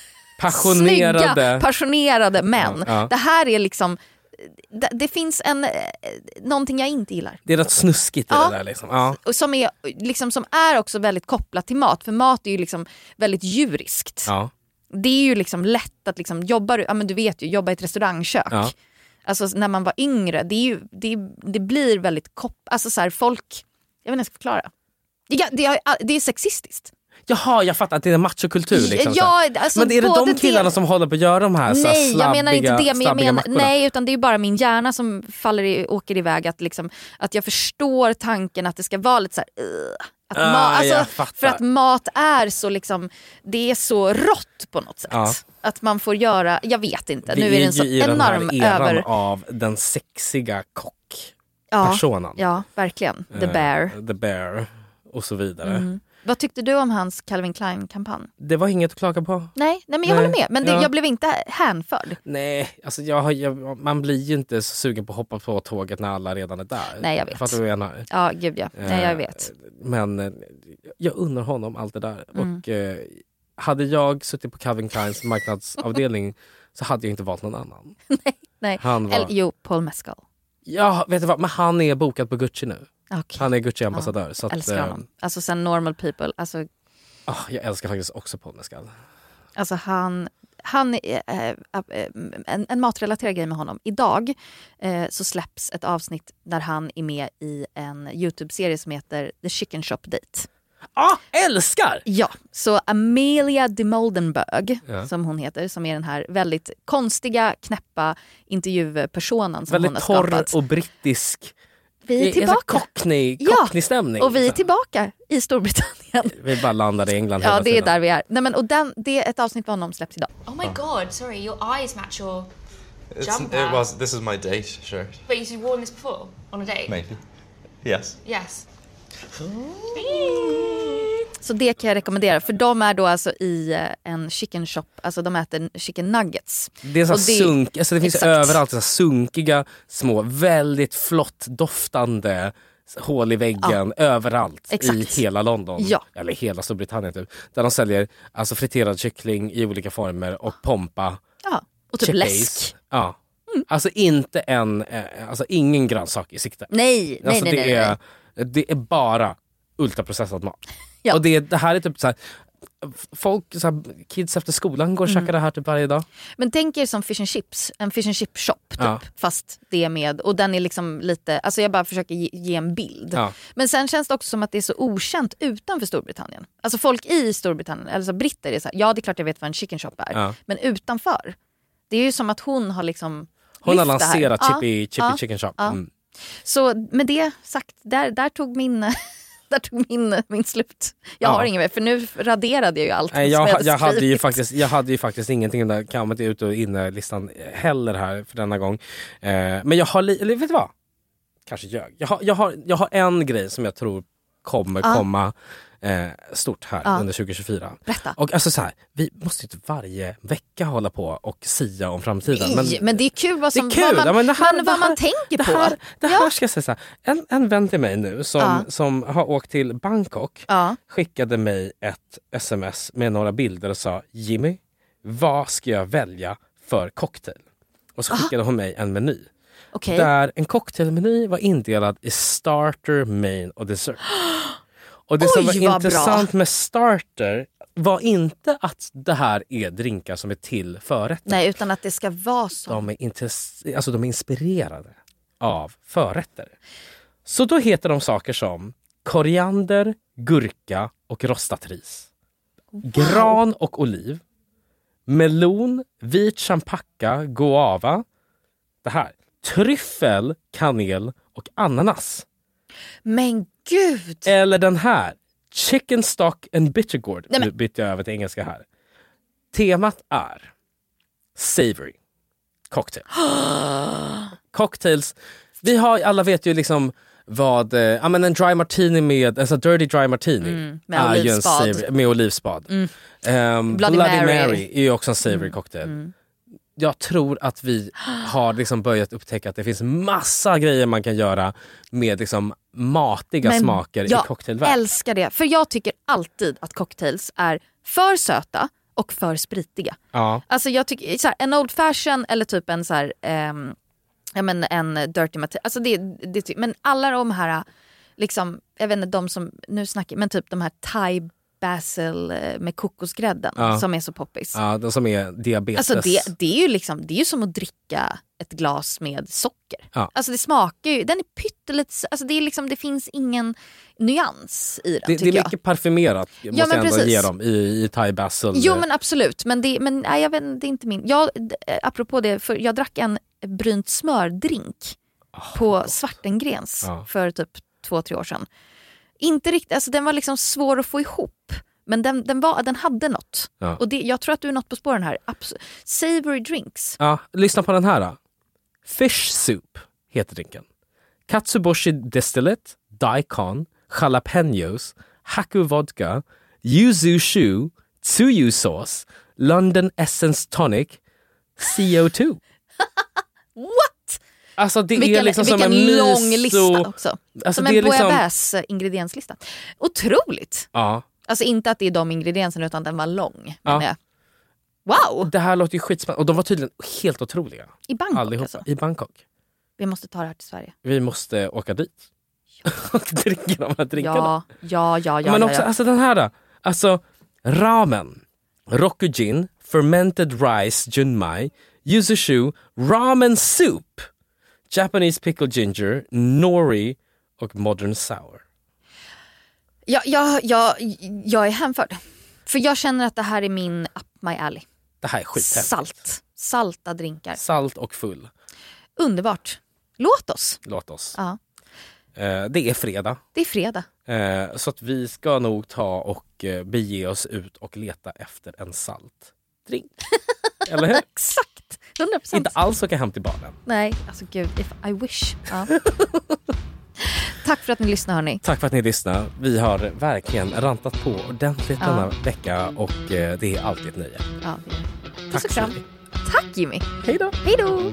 snygga, passionerade män. Ja. Det här är liksom... Det finns någonting jag inte gillar. Det är något snuskigt i det där liksom. Ja. Och som är också väldigt kopplat till mat. För mat är ju liksom väldigt djuriskt. Ja. Det är ju liksom lätt att liksom men du vet ju, jobba i ett restaurangkök. Ja. Alltså när man var yngre, det blir väldigt alltså så här, folk, jag vet inte, jag ska förklara. Det är sexistiskt. Jaha, jag fattar att det är en machokultur liksom. Ja, alltså, men är det de killarna som håller på att göra de här nej, slabbiga, jag menar inte det, men nej, utan det är bara min hjärna som åker iväg att jag förstår tanken att det ska vara lite så här, för att mat är så liksom, det är så rått på något sätt. Ja. Att man får göra, jag vet inte. Nu är det en så enorm eran av den sexiga kock-personen. Ja, verkligen. The Bear och så vidare. Vad tyckte du om hans Calvin Klein-kampanj? Det var inget att klaga på. Nej men jag håller med. Men jag blev inte hänförd. Nej, alltså man blir ju inte så sugen på att hoppa på tåget när alla redan är där. Nej, jag vet. Fattar du vad jag menar? Ja, gud ja. Nej, jag vet. Men jag undrar honom allt det där. Och hade jag suttit på Calvin Kleins marknadsavdelning så hade jag inte valt någon annan. Nej. Paul Mescal. Ja, vet du vad? Men han är bokad på Gucci nu. Okay. Han är Gucci-ambassadör. Så älskar honom. Alltså sen Normal People. Alltså... jag älskar faktiskt också Paul Mescal. Alltså han en matrelaterad grej med honom. Idag så släpps ett avsnitt där han är med i en YouTube-serie som heter The Chicken Shop Date. Älskar! Ja, så Amelia de Moldenberg som hon heter, som är den här väldigt konstiga, knäppa intervjupersonen som väldigt hon har skapat. Väldigt torr och brittisk. Vi är tillbaka. Cockney-stämning. Och vi är tillbaka i Storbritannien. Vi bara landade i England hela tiden. Ja, det är där vi är. Nej, men, och det är ett avsnitt av honom släpps idag. Oh my god, sorry, your eyes match your jumper. This is my date shirt. But you've worn this before? On a date? Maybe. Yes. Yes. Så det kan jag rekommendera. För de är då alltså i en chicken shop. Alltså de äter chicken nuggets. Det är så sunk. Alltså det finns överallt så sunkiga, små, väldigt flott doftande hål i väggen överallt i hela London. Ja. Eller hela Storbritannien typ. Där de säljer alltså friterad kyckling i olika former och pompa. Ja, och typ läsk. Ja. Alltså inte ingen grönsak i sikte. Nej. Det är bara ultraprocessad mat. Ja. Och det här är typ så här, folk, så här, kids efter skolan går och käkar det här typ varje dag. Men tänk er som fish and chips, en fish and chip shop typ, fast det är med, och den är liksom lite, alltså jag bara försöker ge en bild. Ja. Men sen känns det också som att det är så okänt utanför Storbritannien. Alltså folk i Storbritannien, eller så britter är så här, ja det är klart jag vet vad en chicken shop är, men utanför, det är ju som att hon har liksom har lanserat Chippy Chicken Shop. Så med det sagt, där tog min slut. Jag har ingen mer, för nu raderade jag ju allt. Jag hade ju faktiskt ingenting där, kan inte ut och inne listan heller här för denna gång. Men jag har eller vet du vad? Kanske jag har en grej som jag tror kommer komma stort här under 2024. Berätta. Och alltså så här, vi måste ju inte varje vecka hålla på och sia om framtiden. Men det är kul vad man tänker på. Det här ska jag säga så här. En vän till mig nu som har åkt till Bangkok skickade mig ett sms med några bilder och sa: Jimmy, vad ska jag välja för cocktail? Och så skickade hon mig en meny. Okay. Där en cocktailmeny var indelad i starter, main och dessert. Och det som var intressant med starter var inte att det här är drinkar som är till förrätt. Nej, utan att det ska vara så. De är inspirerade av förrätter. Så då heter de saker som koriander, gurka och rostat ris. Gran och oliv. melon, vit champacca, guava. Det här. Tryffel, kanel och ananas. Men gud! Eller den här. Chicken stock and bittergourd. Nu bytte jag över till engelska här. Temat är savory cocktail. Cocktails. Vi har, alla vet ju liksom vad en dry martini med, alltså dirty dry martini med olivspad. Med olivspad. Bloody Mary är ju också en savory cocktail. Jag tror att vi har liksom börjat upptäcka att det finns massa grejer man kan göra med liksom matiga smaker i cocktailvärlden. Jag älskar det, för jag tycker alltid att cocktails är för söta och för spritiga. Ja. Alltså jag tycker så här, en old fashion eller typ en så här, en dirty martini. Alltså men alla de här liksom, jag vet inte, de som nu snackar, men typ de här Thai basil med kokosgrädden som är så poppis. Ja, de som är diabetes. Alltså det är ju liksom, det är ju som att dricka ett glas med socker. Ja. Alltså det smakar ju, den är pyttelite, alltså det är liksom, det finns ingen nyans i den, det är mycket parfymerat, måste jag ändå ge dem i Thai basil. Jo men absolut, men nej, jag vet, det är inte min. Apropå det, för jag drack en brynt smördrink på Svartengrens för typ 2-3 år sedan. Inte riktigt, alltså den var liksom svår att få ihop. Men den hade något. Ja. Och jag tror att du är något på spåren här. Savory drinks. Ja, lyssna på den här då. Fish soup heter drinken. Katsuboshi distillate, daikon, jalapenos, haku vodka, yuzu shu, tsuyu sauce, London essence tonic, CO2. What? Alltså det är liksom som en lång lista också. Alltså som en bouillabaisse ingredienslista. Otroligt. Ja. Alltså inte att det är de ingredienserna utan den var lång. Men wow! Det här låter ju skitspännande. Och de var tydligen helt otroliga. I Bangkok allihopa. Alltså? I Bangkok. Vi måste ta det här till Sverige. Vi måste åka dit. Och dricka de här drinkarna. Ja. Men också, alltså den här då. Alltså ramen, rokujin, fermented rice junmai, yuzu ramen soup, Japanese pickle ginger, nori och modern sour. Jag är hemförd. För jag känner att det här är min up my alley. Det här är skithäftigt. Salta drinkar. Salt och full. Underbart. Låt oss. Ja. Det är fredag. Det är fredag. Så att vi ska nog ta och bege oss ut och leta efter en salt drink. Eller hur? Exakt. 100%. Inte alls åka hem till barnen. Nej, alltså gud, I wish. Ja. Tack för att ni lyssnar, hörni. Tack för att ni lyssnar. Vi har verkligen rantat på ordentligt denna vecka och det är alltid ett nöje. Ja, tack så mycket. Tack Jimmy. Hej då. Hej då.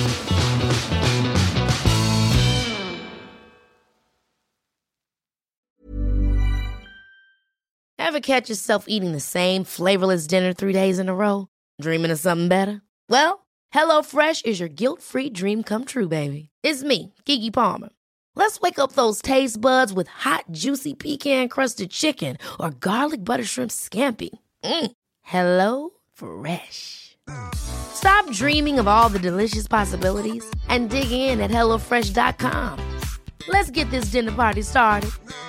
Ever catch yourself eating the same flavorless dinner 3 days in a row? Dreaming of something better? Well, HelloFresh is your guilt-free dream come true, baby. It's me, Keke Palmer. Let's wake up those taste buds with hot, juicy pecan-crusted chicken or garlic butter shrimp scampi. Hello Fresh. Stop dreaming of all the delicious possibilities and dig in at HelloFresh.com. Let's get this dinner party started.